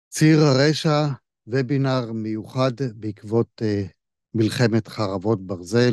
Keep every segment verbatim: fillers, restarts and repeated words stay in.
ציר הרשע, וובינר מיוחד בעקבות uh, מלחמת חרבות ברזל,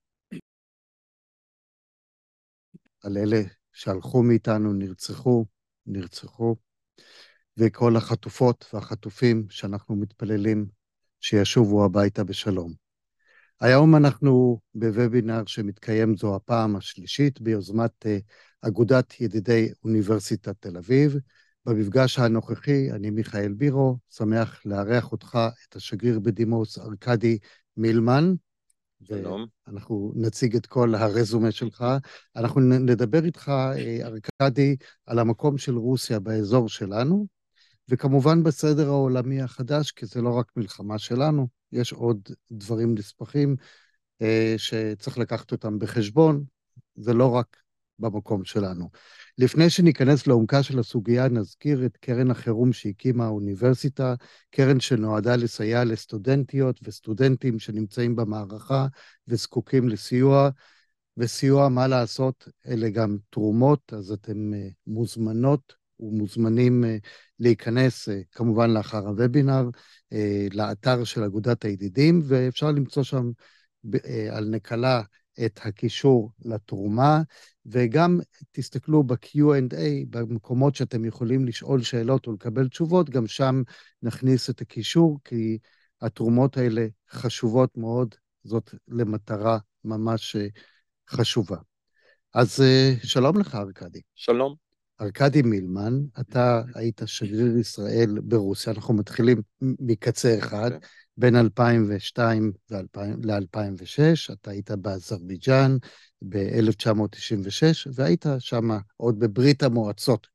על אלה שהלכו מאיתנו, נרצחו, נרצחו, וכל החטופות והחטופים שאנחנו מתפללים שישובו הביתה בשלום. היום אנחנו בוובינר שמתקיים זו הפעם השלישית ביוזמת uh, אגודת ידידי אוניברסיטת תל אביב. במפגש הנוכחי אני מיכאל בירו, שמח לארח אותך, את השגריר בדימוס ארקדי מילמן, שלום. ואנחנו נציג את כל הרזומה שלך. אנחנו נדבר איתך, ארקדי, על המקום של רוסיה באזור שלנו, וכמובן בסדר העולמי החדש, כי זה לא רק מלחמה שלנו, יש עוד דברים נספחים שצריך לקחת אותם בחשבון, זה לא רק במקום שלנו. לפני שניכנס לעומקה של הסוגיה, נזכיר את קרן החירום שהקימה האוניברסיטה, קרן שנועדה לסייע לסטודנטיות וסטודנטים שנמצאים במערכה וזקוקים לסיוע, וסיוע מה לעשות, אלה גם תרומות, אז אתם מוזמנות ומוזמנים להיכנס, כמובן לאחר הוובינר, לאתר של אגודת הידידים, ואפשר למצוא שם על נקלה את הקישור לתרומה, וגם תסתכלו ב-קיו אנד איי, במקומות שאתם יכולים לשאול שאלות ולקבל תשובות, גם שם נכניס את הקישור, כי התרומות האלה חשובות מאוד, זאת למטרה ממש חשובה. אז שלום לך, ארקדי. שלום. ארקדי מילמן, אתה היית שגריר ישראל ברוסיה, אנחנו מתחילים מקצה אחד, okay. בין אלפיים ושתיים ל-אלפיים ושש, אתה היית באזרבייג'אן ב-אלף תשע מאות תשעים ושש, והיית שם עוד בברית המועצות.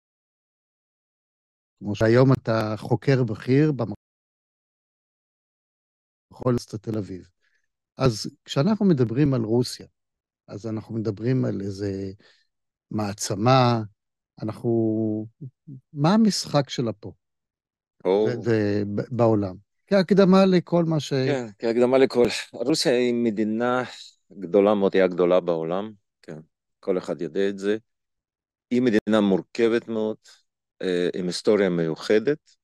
כמו שהיום אתה חוקר בכיר במכון אוניברסיטת תל אביב. אז כשאנחנו מדברים על רוסיה, אז אנחנו מדברים על איזה מעצמה, אנחנו, מה המשחק שלה פה? ובעולם. כהקדמה לכל מה ש... כן, כהקדמה לכל. רוסיה היא מדינה גדולה מאוד, היא הגדולה בעולם, כן, כל אחד יודע את זה. היא מדינה מורכבת מאוד, עם היסטוריה מיוחדת,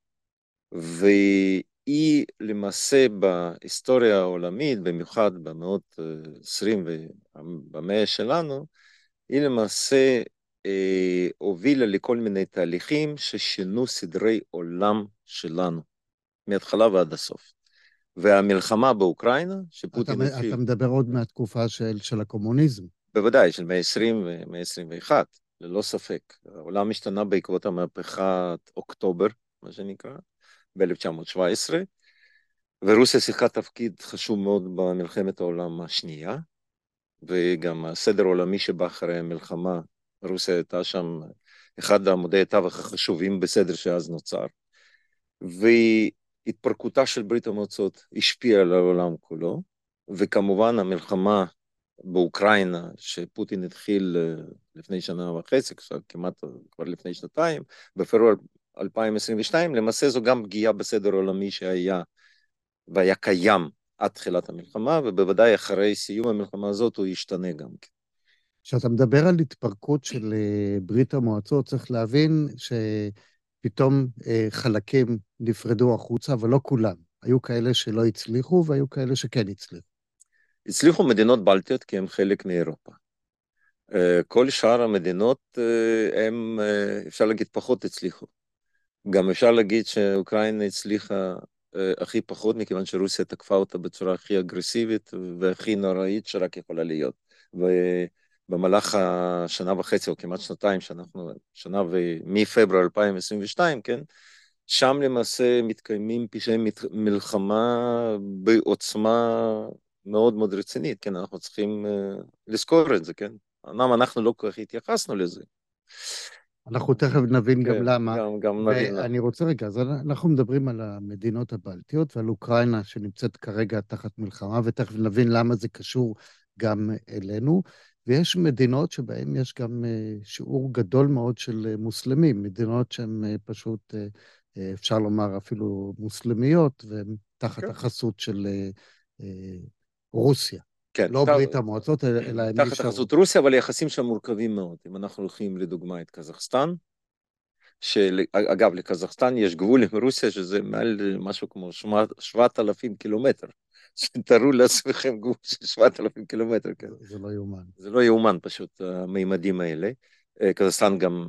והיא למעשה בהיסטוריה העולמית, במיוחד במאות עשרים ובמאה שלנו, היא למעשה אה, הובילה לכל מיני תהליכים ששינו סדרי עולם שלנו. מההתחלה ועד הסוף. והמלחמה באוקראינה, שפוטין אתה, התחיל... אתה מדבר עוד מהתקופה של, של הקומוניזם. בוודאי, של מאה ועשרים ומאה עשרים ואחת, ללא ספק. העולם השתנה בעקבות המהפכת אוקטובר, מה שנקרא, ב-אלף תשע מאות שבע עשרה, ורוסיה שיחקה תפקיד חשוב מאוד במלחמת העולם השנייה, וגם הסדר העולמי שבא אחרי המלחמה, רוסיה הייתה שם אחד העמודי התווך החשובים בסדר שאז נוצר. והיא... התפרקותה של ברית המועצות השפיעה על העולם כולו, וכמובן המלחמה באוקראינה, שפוטין התחיל לפני שנה וחצי, כמעט כבר לפני שנתיים, בפברואר אלפיים עשרים ושתיים, למעשה זו גם פגיעה בסדר עולמי שהיה, והיה קיים עד תחילת המלחמה, ובוודאי אחרי סיום המלחמה הזאת הוא ישתנה גם. כשאתה מדבר על התפרקות של ברית המועצות, צריך להבין ש... פתאום אה, חלקים נפרדו החוצה, אבל לא כולם. היו כאלה שלא הצליחו, והיו כאלה שכן הצליחו. הצליחו מדינות בלטיות, כי הם חלק מאירופה. אה, כל שאר המדינות, אה, הם, אה, אפשר להגיד, פחות הצליחו. גם אפשר להגיד שאוקראינה הצליחה אה, הכי פחות, מכיוון שרוסיה תקפה אותה בצורה הכי אגרסיבית, והכי נוראית שרק יכולה להיות. ובמהלך השנה וחצי, או כמעט שנתיים, שאנחנו, שנה ומפברואר אלפיים עשרים ושתיים, כן? שם למעשה מתקיימים פשעי מלחמה בעוצמה מאוד מאוד רצינית, כן? אנחנו צריכים uh, לזכור את זה, כן? אמנם אנחנו לא כל כך התייחסנו לזה. אנחנו תכף נבין כן, גם למה. גם, גם נבין למה. ואני רוצה רגע, אז אנחנו מדברים על המדינות הבלטיות ועל אוקראינה שנמצאת כרגע תחת מלחמה, ותכף נבין למה זה קשור גם אלינו. ויש מדינות שבהן יש גם שיעור גדול מאוד של מוסלמים, מדינות שהן פשוט, אפשר לומר אפילו מוסלמיות, והן תחת החסות של רוסיה. כן, לא ת... ברית המועצות, אלא הם תחת החסות רוסיה, אבל היחסים שם מורכבים מאוד. אם אנחנו הולכים לדוגמה את קזחסטן, שאגב, לקזחסטן יש גבול עם רוסיה, שזה מעל משהו כמו שבעת אלפים קילומטר. תארו לעצמכם גבול של שבעת אלפים קילומטר, כן. זה, זה לא יאומן. זה לא יאומן פשוט, המימדים האלה. קזחסטן גם,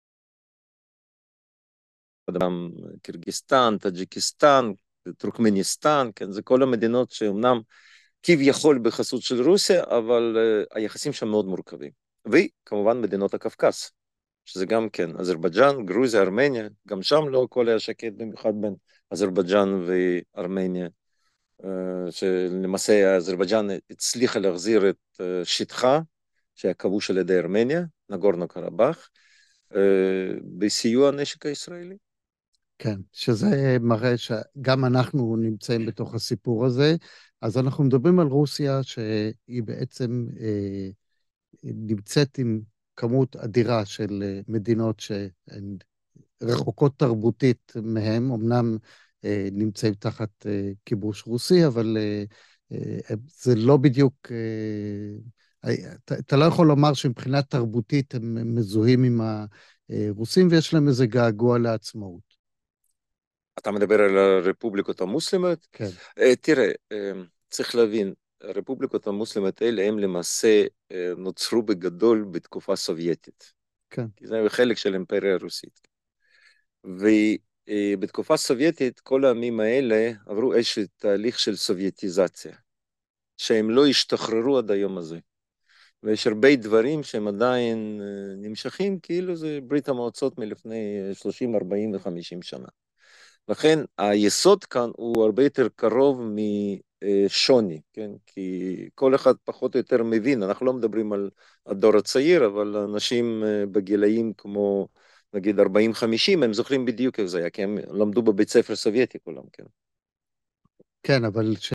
גם קירגיסטן, טאג'יקיסטן, טורקמניסטן, כן, זה כל המדינות שאומנם כביכול בחסות של רוסיה, אבל היחסים שם מאוד מורכבים. וכמובן מדינות הקווקז, שזה גם כן, אזרבייג'אן, גרוזיה, ארמניה, גם שם לא הכל היה שקט, במיוחד בין אזרבייג'אן וארמניה, שלמעשה אזרבייג'אן הצליחה להחזיר את שטחה, שהיה כבוש על ידי ארמניה, נגורנו קרבאח, בסיוע הנשק הישראלי. כן, שזה מראה שגם אנחנו נמצאים בתוך הסיפור הזה, אז אנחנו מדברים על רוסיה שהיא בעצם אה, נמצאת עם כמות אדירה של מדינות שהן רחוקות תרבותית מהם, אמנם אה, נמצאים תחת אה, כיבוש רוסי, אבל אה, אה, זה לא בדיוק, אה, אתה, אתה לא יכול לומר שמבחינה תרבותית הם מזוהים עם הרוסים, ויש להם איזה געגוע לעצמאות. אתה מדבר על הרפובליקות המוסלמיות? כן. תראה, צריך להבין, הרפובליקות המוסלמיות האלה הם למעשה נוצרו בגדול בתקופה סובייטית. כן. כי זה חלק של האימפריה הרוסית. ובתקופה סובייטית כל העמים האלה עברו איזשהו תהליך של סובייטיזציה, שהם לא השתחררו עד היום הזה. ויש הרבה דברים שהם עדיין נמשכים, כאילו זה ברית המועצות מלפני שלושים, ארבעים וחמישים שנה. לכן היסוד כאן הוא הרבה יותר קרוב משוני, כן? כי כל אחד פחות או יותר מבין, אנחנו לא מדברים על הדור הצעיר, אבל אנשים בגילאים כמו נגיד ארבעים חמישים, הם זוכרים בדיוק איך זה היה, כי הם למדו בבית ספר סובייטי כולם, כן. כן, אבל ש...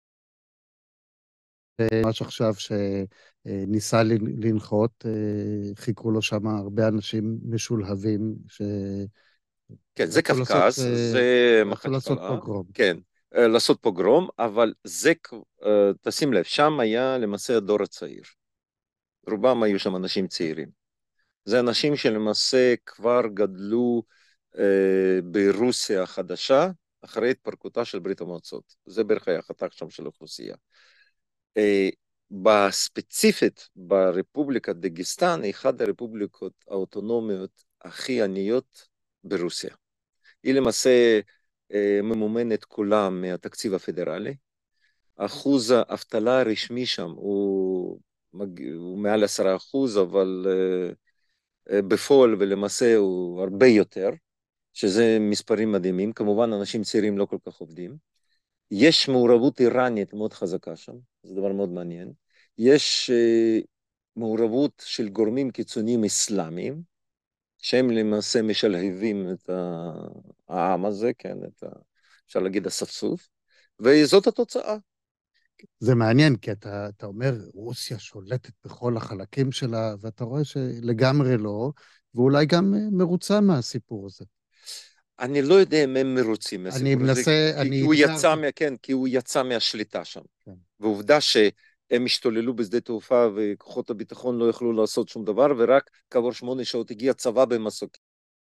ממש עכשיו שניסה לנחות, חיכו לו שם הרבה אנשים משולהבים, ש... כן, זה קווקז, זה מחצ'קלה. לעשות פוגרום. כן, לעשות פוגרום, אבל זה, תשים לב, שם היה למעשה הדור הצעיר. רובם היו שם אנשים צעירים. זה אנשים שלמעשה כבר גדלו אה, ברוסיה החדשה, אחרי התפרקותה של ברית המועצות. זה בערך היה החתך שם של האוכלוסייה. אה, בספציפית, ברפובליקת דגסטן, היא אחת הרפובליקות האוטונומיות הכי עניות ברוסיה. היא למעשה אה, ממומנת כולה מהתקציב הפדרלי. אחוז האבטלה הרשמי שם הוא, הוא מעל עשרה אחוז, אבל אה, בפועל ולמעשה הוא הרבה יותר, שזה מספרים מדהימים. כמובן אנשים צעירים לא כל כך עובדים. יש מעורבות איראנית מאוד חזקה שם, זה דבר מאוד מעניין. יש אה, מעורבות של גורמים קיצוניים אסלאמיים, שהם למעשה משלהבים את העם הזה, כן, את ה, אפשר להגיד הספסוף, וזאת התוצאה. זה מעניין, כי אתה, אתה אומר, רוסיה שולטת בכל החלקים שלה, ואתה רואה שלגמרי לא, ואולי גם מרוצה מהסיפור הזה. אני לא יודע אם הם מרוצים מהסיפור הזה. אני מנסה, כי, אני... כי הוא יצא, מה, כן, כי הוא יצא מהשליטה שם. כן. ועובדה שהם השתוללו בשדה תעופה, וכוחות הביטחון לא יכלו לעשות שום דבר, ורק כעבור שמונה שעות הגיע צבא במסוקים.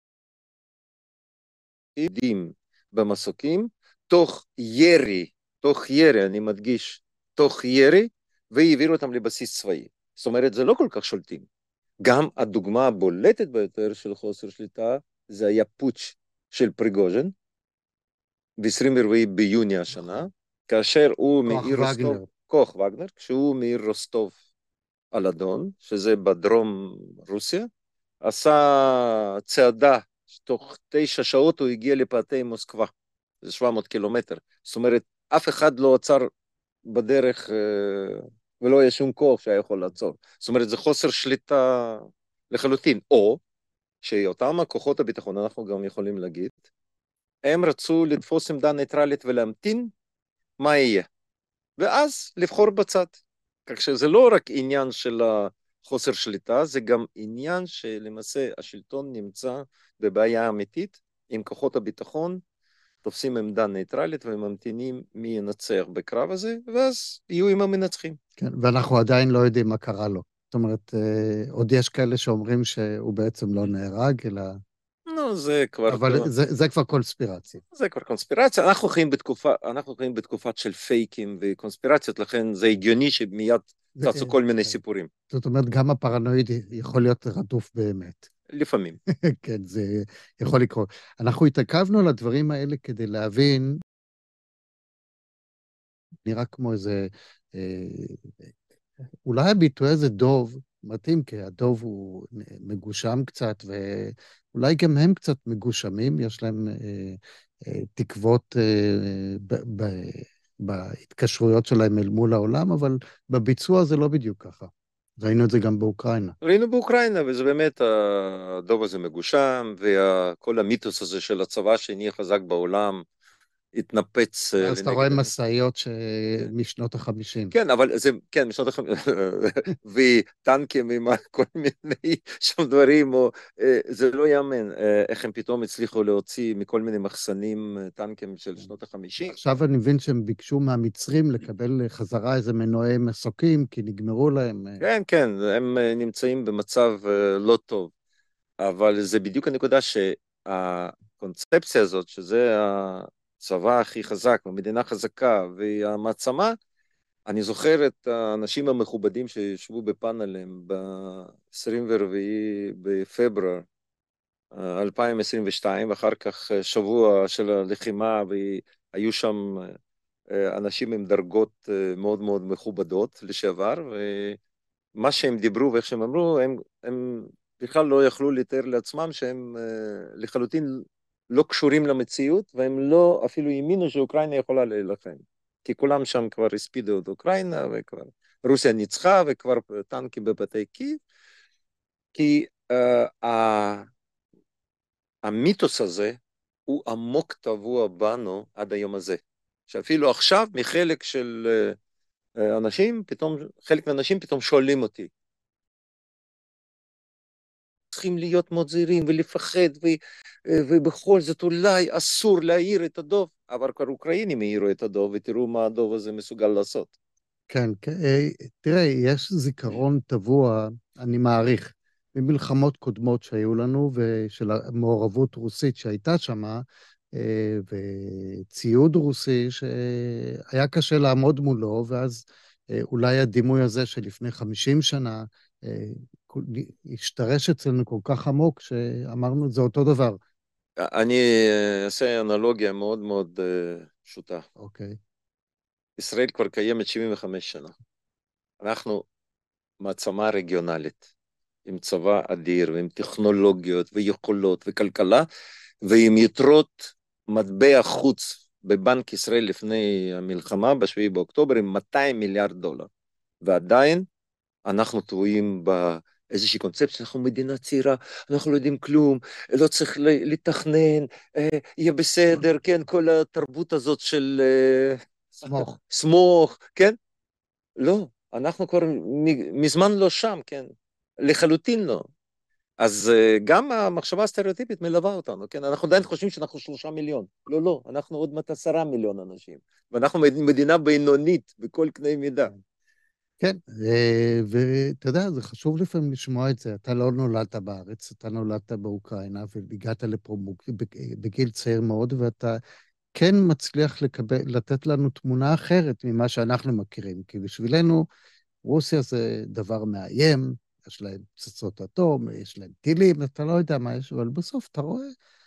במסוקים, תוך ירי, תוך ירי, אני מדגיש, תוך ירי, והעבירו אותם לבסיס צבאי. זאת אומרת, זה לא כל כך שולטים. גם הדוגמה הבולטת ביותר של חוסר שליטה, זה היה פוטש של פריגוז'ין, ב-עשרים וארבעה ביוני השנה, כאשר הוא מעיר רוסטוב, כוח וגנר, כשהוא מעיר רוסטוב על אדון, שזה בדרום רוסיה, עשה צעדה, תוך תשע שעות הוא הגיע לפאתי מוסקבה, זה שבע מאות קילומטר, זאת אומרת, אף אחד לא עצר בדרך, ולא היה שום כוח שהיה יכול לעצור, זאת אומרת, זה חוסר שליטה לחלוטין, או שאותם הכוחות הביטחון, אנחנו גם יכולים להגיד, הם רצו לתפוס עמדה ניטרלית ולהמתין מה יהיה, ואז לבחור בצד, כך שזה לא רק עניין של חוסר שליטה, זה גם עניין שלמעשה השלטון נמצא בבעיה אמיתית, עם כוחות הביטחון תופסים עמדה ניטרלית וממתינים מי ינצח בקרב הזה, ואז יהיו עם המנצחים. כן, ואנחנו עדיין לא יודעים מה קרה לו. זאת אומרת, עוד יש כאלה שאומרים שהוא בעצם לא נהרג, אלא... לא, לא, זה כבר... אבל זה, זה כבר קונספירציה. זה כבר קונספירציה. אנחנו חיים בתקופה, אנחנו חיים בתקופת של פייקים וקונספירציות, לכן זה הגיוני שמיד צצו כל מיני סיפורים. זאת אומרת, גם הפרנואיד יכול להיות רדוף באמת. לפעמים. כן, זה יכול לקרות. אנחנו התעכבנו על הדברים האלה כדי להבין, נראה כמו איזה, אולי הביטוי הזה דוב, מתאים, כי הדוב הוא מגושם קצת, ואולי גם הם קצת מגושמים, יש להם אה, אה, תקוות אה, ב- ב- בהתקשרויות שלהם אל מול העולם, אבל בביצוע זה לא בדיוק ככה. ראינו את זה גם באוקראינה. ראינו באוקראינה, וזה באמת, הדוב הזה מגושם, וכל המיתוס הזה של הצבא שנהיה חזק בעולם, התנפץ אז אתה רואה לנגד... משאיות משנות החמישים. כן, אבל זה, כן, משנות החמישים, וטנקים עם כל מיני שם דברים, או, זה לא יאמן, איך הם פתאום הצליחו להוציא מכל מיני מחסנים טנקים של שנות החמישים. עכשיו אני מבין שהם ביקשו מהמצרים לקבל חזרה איזה מנועי מסוקים, כי נגמרו להם. כן, כן, הם נמצאים במצב לא טוב, אבל זה בדיוק הנקודה שהקונספציה הזאת, שזה הצבא הכי חזק, המדינה חזקה והמעצמה, אני זוכר את האנשים המכובדים שישבו בפאנלים ב-עשרים וארבעה בפברואר אלפיים עשרים ושתיים, ואחר כך שבוע של הלחימה, והיו שם אנשים עם דרגות מאוד מאוד מכובדות לשעבר, ומה שהם דיברו ואיך שהם אמרו, הם, הם בכלל לא יכלו לתאר לעצמם שהם לחלוטין לא קשורים למציאות, והם לא אפילו האמינו שאוקראינה יכולה להילחם. כי כולם שם כבר הספידו את אוקראינה, וכבר רוסיה ניצחה, וכבר טנקים בבתי קייב, כי uh, המיתוס הזה הוא עמוק טבוע בנו עד היום הזה. שאפילו עכשיו מחלק של uh, אנשים, פתאום, חלק מהאנשים פתאום שואלים אותי, צריכים להיות מאוד זהירים ולפחד, ו, ובכל זאת אולי אסור להעיר את הדוב, אבל כבר אוקראינים העירו את הדוב, ותראו מה הדוב הזה מסוגל לעשות. כן, תראה, יש זיכרון טבוע, אני מעריך, ממלחמות קודמות שהיו לנו, ושל המעורבות רוסית שהייתה שמה, וציוד רוסי שהיה קשה לעמוד מולו, ואז אולי הדימוי הזה שלפני חמישים שנה, השתרש אצלנו כל כך עמוק, שאמרנו, זה אותו דבר. אני אעשה אנלוגיה מאוד מאוד פשוטה. אוקיי. ישראל כבר קיימת שבעים וחמש שנה. אנחנו מעצמה רגionalית, עם צבא אדיר, ועם טכנולוגיות ויכולות וכלכלה, ועם יתרות מטבע חוץ בבנק ישראל לפני המלחמה, בשביעי באוקטובר, עם מאתיים מיליארד דולר. ועדיין אנחנו טועים באיזושהי קונספציה, אנחנו מדינה צעירה, אנחנו לא יודעים כלום, לא צריך לתכנן, יהיה בסדר, כן, כל התרבות הזאת של... סמוך. סמוך, כן? לא, אנחנו כבר מזמן לא שם, כן? לחלוטין לא. אז גם המחשבה הסטריאוטיפית מלווה אותנו, כן? אנחנו עדיין חושבים שאנחנו שלושה מיליון. לא, לא, אנחנו עוד מעט עשרה מיליון אנשים. ואנחנו מדינה בינונית בכל קנה מידה. כן, ואתה יודע, זה חשוב לפעמים לשמוע את זה. אתה לא נולדת בארץ, אתה נולדת באוקראינה, והגעת לפה בגיל צעיר מאוד, ואתה כן מצליח לקבל, לתת לנו תמונה אחרת ממה שאנחנו מכירים. כי בשבילנו, רוסיה זה דבר מאיים, יש להם פצצות אטום, יש להם טילים, אתה לא יודע מה יש, אבל בסוף אתה רואה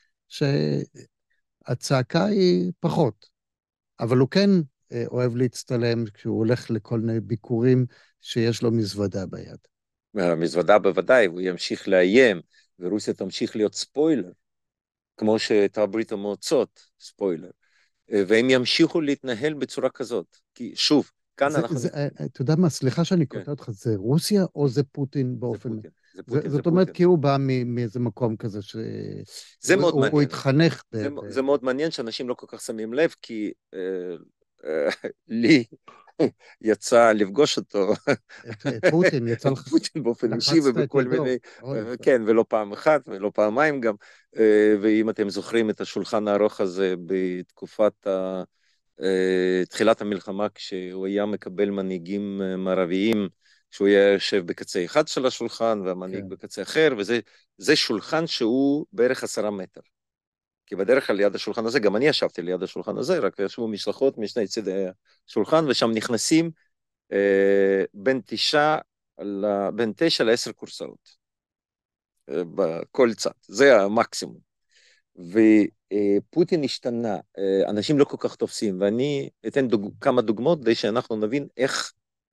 שהצעקה היא פחות. אבל הוא כן אוהב להצטלם כשהוא הולך לכל מיני ביקורים שיש לו מזוודה ביד. מזוודה בוודאי, הוא ימשיך לאיים, ורוסיה תמשיך להיות ספוילר, כמו שהייתה ברית המועצות, ספוילר. והם ימשיכו להתנהל בצורה כזאת. כי שוב, כאן זה, אנחנו... זה, אתה יודע מה, סליחה שאני קוטע אותך, זה רוסיה או זה פוטין באופן... זה פוטין, זה פוטין, זה זאת אומרת, כי הוא בא מאיזה מקום כזה ש... זה מאוד הוא, מעניין. הוא התחנך ב... זה, ב... זה מאוד מעניין שאנשים לא כל כך שמים לב, כי אה, אה, לי יצא לפגוש אותו. את, את פוטין, יצא לך... פוטין באופן אישי ובכל מיני... כן, ולא פעם אחת ולא פעמיים גם. ואם אתם זוכרים את השולחן הארוך הזה בתקופת ה... תחילת המלחמה, כשהוא היה מקבל מנהיגים מערביים שהוא יהיה יושב בקצה אחד של השולחן, והמנהיג כן. בקצה אחר, וזה זה שולחן שהוא בערך עשרה מטר. כי בדרך כלל ליד השולחן הזה, גם אני ישבתי ליד השולחן הזה, רק ישבו משלחות משני צידי השולחן, ושם נכנסים אה, בין תשע, בין תשע לעשר קורסאות, אה, בכל צד, זה המקסימום. ופוטין השתנה, אה, אנשים לא כל כך תופסים, ואני אתן דוג, כמה דוגמאות, כדי שאנחנו נבין איך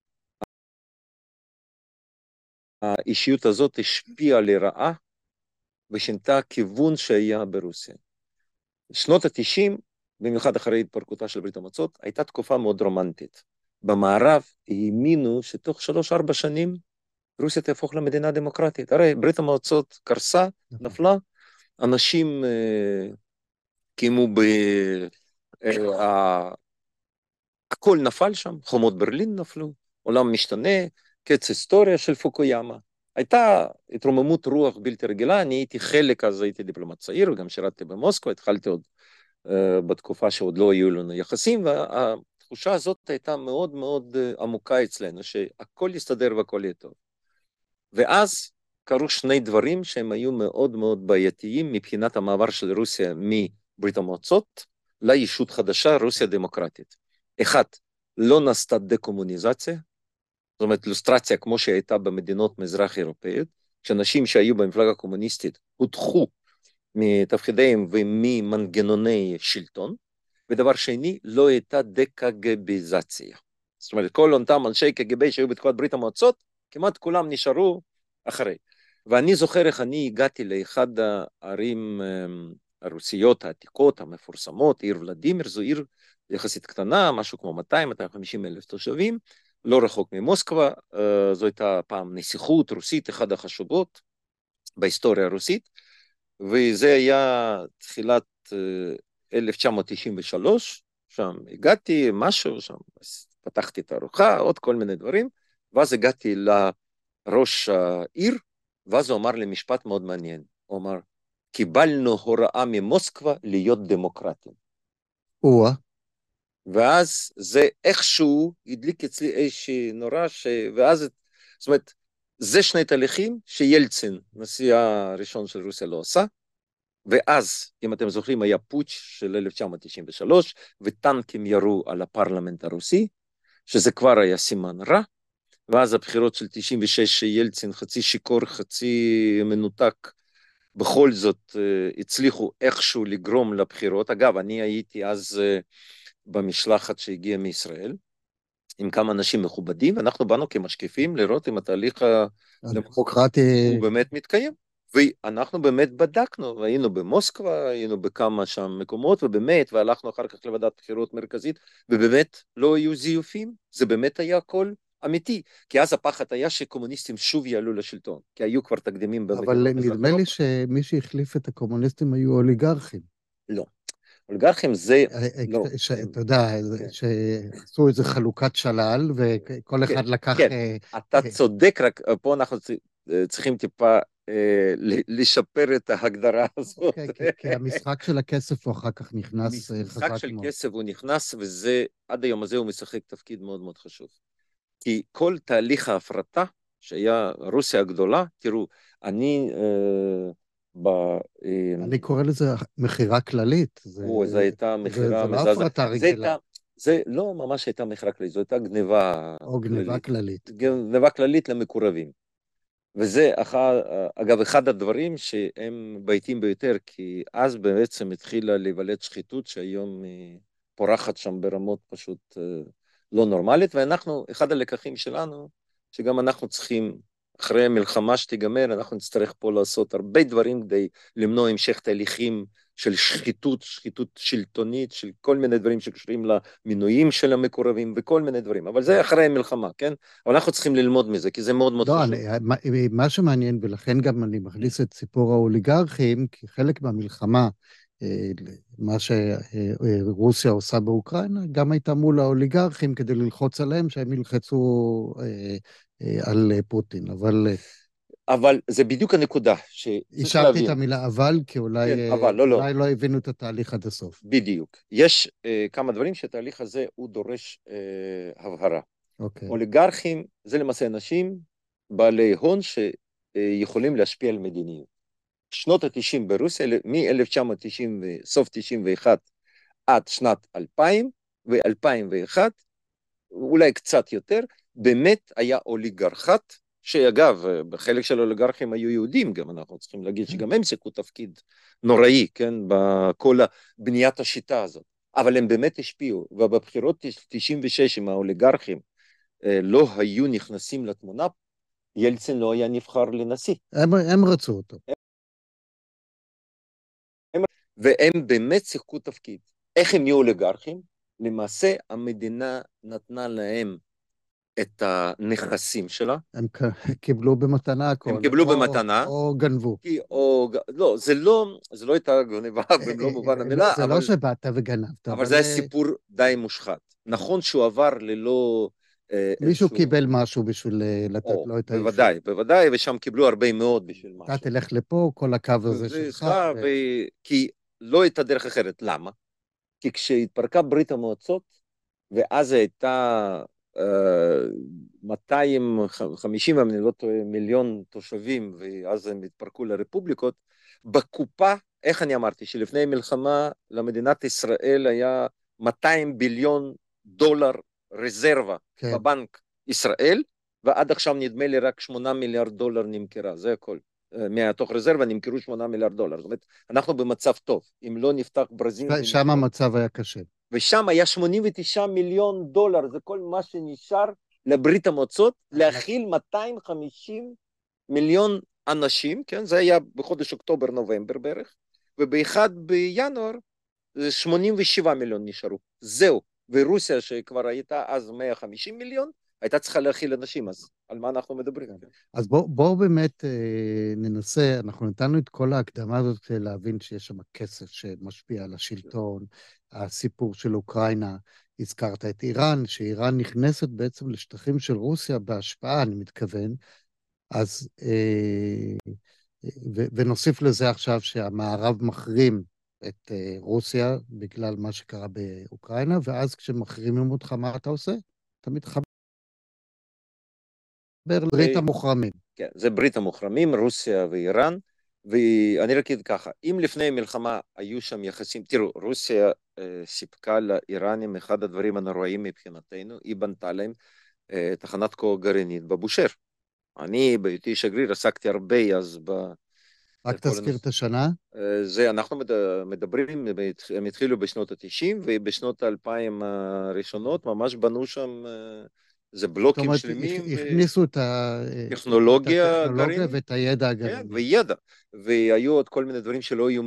האישיות הזאת השפיעה לרעה, ושינתה כיוון שהיה ברוסיה. שנות ה-תשעים, במיוחד אחרי התפרקותה של ברית המועצות, הייתה תקופה מאוד רומנטית. במערב האמינו שתוך שלוש ארבע שנים רוסיה תהפוך למדינה דמוקרטית. הרי ברית המועצות קרסה, נפלה, אנשים אה, קיימו ב... אה, הכל נפל שם, חומות ברלין נפלו, עולם משתנה, קץ היסטוריה של פוקויאמה. הייתה התרוממות רוח בלתי רגילה, אני הייתי חלק, אז הייתי דיפלומט צעיר, וגם שירתתי במוסקבה, התחלתי עוד בתקופה שעוד לא היו לנו יחסים, והתחושה הזאת הייתה מאוד מאוד עמוקה אצלנו, שהכל יסתדר והכל יהיה טוב. ואז קרו שני דברים שהם היו מאוד מאוד בעייתיים מבחינת המעבר של רוסיה מברית המועצות לישות חדשה, רוסיה דמוקרטית. אחד, לא נעשתה דקומוניזציה, זאת אומרת לוסטרציה כמו שהייתה במדינות מזרח אירופאיות, שאנשים שהיו במפלגה הקומוניסטית הודחו מתפקידיהם וממנגנוני שלטון, ודבר שני, לא הייתה דקגביזציה. זאת אומרת, כל אותם אנשי קגב שהיו בתקופת ברית המועצות, כמעט כולם נשארו אחרי. ואני זוכר איך אני הגעתי לאחד הערים הרוסיות העתיקות, המפורסמות, עיר ולדימיר, זו עיר יחסית קטנה, משהו כמו מאתיים עד מאתיים וחמישים אלף תושבים, לא רחוק ממוסקבה, זו הייתה פעם נסיכות רוסית, אחד החשובות בהיסטוריה הרוסית, וזה היה תחילת אלף תשע מאות תשעים ושלוש, שם הגעתי משהו, שם פתחתי את הארוחה, עוד כל מיני דברים, ואז הגעתי לראש העיר, ואז הוא אמר לי משפט מאוד מעניין, הוא אמר, קיבלנו הוראה ממוסקבה להיות דמוקרטים. או-אה. ואז זה איכשהו הדליק אצלי איזושהי נורא, ש... ואז, זאת אומרת, זה שני תהליכים שילצין, נשיא הראשון של רוסיה, לא עשה, ואז, אם אתם זוכרים, היה פוטש של אלף תשע מאות תשעים ושלוש, וטנקים ירו על הפרלמנט הרוסי, שזה כבר היה סימן רע, ואז הבחירות של תשעים ושש שילצין, חצי שיקור, חצי מנותק, בכל זאת הצליחו איכשהו לגרום לבחירות. אגב, אני הייתי אז במשלחת שהגיעה מישראל, עם כמה אנשים מכובדים, ואנחנו באנו כמשקיפים לראות אם התהליך הדמוקרטי הוא באמת מתקיים. ואנחנו באמת בדקנו, והיינו במוסקבה, היינו בכמה שם מקומות, ובאמת, והלכנו אחר כך לוועדת בחירות מרכזית, ובאמת לא היו זיופים, זה באמת היה הכל אמיתי, כי אז הפחד היה שקומוניסטים שוב יעלו לשלטון, כי היו כבר תקדימים במדינות. אבל נדמה לי שמי שהחליף את הקומוניסטים היו אוליגרכים. לא. אוליגרכים זה... אתה יודע, שעשו איזו חלוקת שלל, וכל אחד לקח... כן, אתה צודק, רק פה אנחנו צריכים טיפה לשפר את ההגדרה הזאת. כי המשחק של הכסף הוא אחר כך נכנס חזק מאוד. המשחק של כסף הוא נכנס, וזה, עד היום הזה הוא משחק תפקיד מאוד מאוד חשוב. כי כל תהליך ההפרטה, שהיה רוסיה הגדולה, תראו, אני... אני קורא לזה מחירה כללית. זו הייתה מחירה מזעזעת. זה לא הפרטה רגילה. זה לא ממש הייתה מחירה כללית, זו הייתה גניבה... או גניבה כללית. גניבה כללית למקורבים. וזה, אגב, אחד הדברים שהם בעייתיים ביותר, כי אז בעצם התחילה להיוולד שחיתות, שהיום פורחת שם ברמות פשוט לא נורמלית, ואנחנו, אחד הלקחים שלנו, שגם אנחנו צריכים, אחרי המלחמה שתיגמר, אנחנו נצטרך פה לעשות הרבה דברים כדי למנוע המשך תהליכים של שחיתות, שחיתות שלטונית, של כל מיני דברים שקשורים למינויים של המקורבים, וכל מיני דברים. אבל זה אחרי המלחמה, כן? אבל אנחנו צריכים ללמוד מזה, כי זה מאוד מאוד לא, חשוב. אני, מה שמעניין, ולכן גם אני מכניס את סיפור האוליגרכים, כי חלק מהמלחמה, מה שרוסיה עושה באוקראינה, גם הייתה מול האוליגרכים כדי ללחוץ עליהם, שהם ילחצו על פוטין, אבל... אבל זה בדיוק הנקודה. השארתי את המילה אבל, כי אולי, כן, אבל, לא, אולי לא. לא הבינו את התהליך עד הסוף. בדיוק. יש uh, כמה דברים שהתהליך הזה הוא דורש uh, הבהרה. אוקיי. אוליגרכים זה למעשה אנשים בעלי הון שיכולים להשפיע על מדיניות. שנות ה-תשעים ברוסיה, מ-אלף תשע מאות תשעים, סוף תשעים ואחת עד שנת אלפיים ו-אלפיים ואחת, אולי קצת יותר, באמת היה אוליגרכת, שאגב, בחלק של האוליגרכים היו יהודים, גם אנחנו צריכים להגיד שגם הם שיחקו תפקיד נוראי, כן, בכל בניית השיטה הזאת, אבל הם באמת השפיעו, ובבחירות תשעים ושש עם האוליגרכים לא היו נכנסים לתמונה, ילצין לא היה נבחר לנשיא. הם, הם רצו אותו. הם, והם באמת שיחקו תפקיד. איך הם יהיו אוליגרכים? למעשה המדינה נתנה להם את הנכסים שלה. הם קיבלו במתנה הכל. הם קיבלו או, במתנה. או גנבו. כי, או, לא, זה לא, זה לא הייתה גניבה במלוא מובן המילה, זה אבל, לא שבאת וגנבת. אבל זה היה סיפור די מושחת. נכון שהוא עבר ללא מישהו איזשהו... קיבל משהו בשביל לתת או, לו את האישור. בוודאי, בוודאי, ושם קיבלו הרבה מאוד בשביל משהו. אתה תלך לפה, כל הקו הזה זה שלך. ו... ו... כי לא הייתה דרך אחרת. למה? כי כשהתפרקה ברית המועצות, ואז הייתה מאתיים וחמישים מיליון תושבים, ואז הם התפרקו לרפובליקות, בקופה, איך אני אמרתי, שלפני מלחמה למדינת ישראל היה מאתיים ביליון דולר רזרבה כן. בבנק ישראל, ועד עכשיו נדמה לי רק שמונה מיליארד דולר נמכרה, זה הכל. מהתוך רזרבה נמכרו שמונה מיליארד דולר, זאת אומרת, אנחנו במצב טוב, אם לא נפתח ברזיל... שם המצב היה קשה. ושם היה שמונים ותשעה מיליון דולר, זה כל מה שנשאר לברית המועצות, להכיל מאתיים וחמישים מיליון אנשים, כן? זה היה בחודש אוקטובר-נובמבר בערך, ובאחד בינואר שמונים ושבעה מיליון נשארו. זהו, ורוסיה שכבר הייתה אז מאה וחמישים מיליון, הייתה צריכה להכיל אנשים, אז על מה אנחנו מדברים? אז בואו בוא באמת אה, ננסה, אנחנו נתנו את כל ההקדמה הזאת כדי להבין שיש שם כסף שמשפיע על השלטון, הסיפור של אוקראינה, הזכרת את איראן, שאיראן נכנסת בעצם לשטחים של רוסיה בהשפעה, אני מתכוון, אז, אה, ו, ונוסיף לזה עכשיו שהמערב מחרים את אה, רוסיה בגלל מה שקרה באוקראינה, ואז כשמחרימים אותך, מה אתה עושה? אתה מתחבר. ברית המוחרמים. כן, זה ברית המוחרמים, רוסיה ואיראן, ואני רק אגיד ככה, אם לפני המלחמה היו שם יחסים, תראו, רוסיה אה, סיפקה לאיראנים אחד הדברים הנוראים מבחינתנו, היא בנתה להם אה, תחנת כוח גרעינית בבושר. אני בהיותי שגריר עסקתי הרבה אז ב... רק תזכיר את השנה. זה אנחנו מדברים, הם התחילו בשנות ה-תשעים, ובשנות ה-אלפיים הראשונות ממש בנו שם, זה בלוקים שלמים. הכניסו את הטכנולוגיה ואת הידע הגרעיני. וידע, והיו עוד כל מיני דברים שלא היו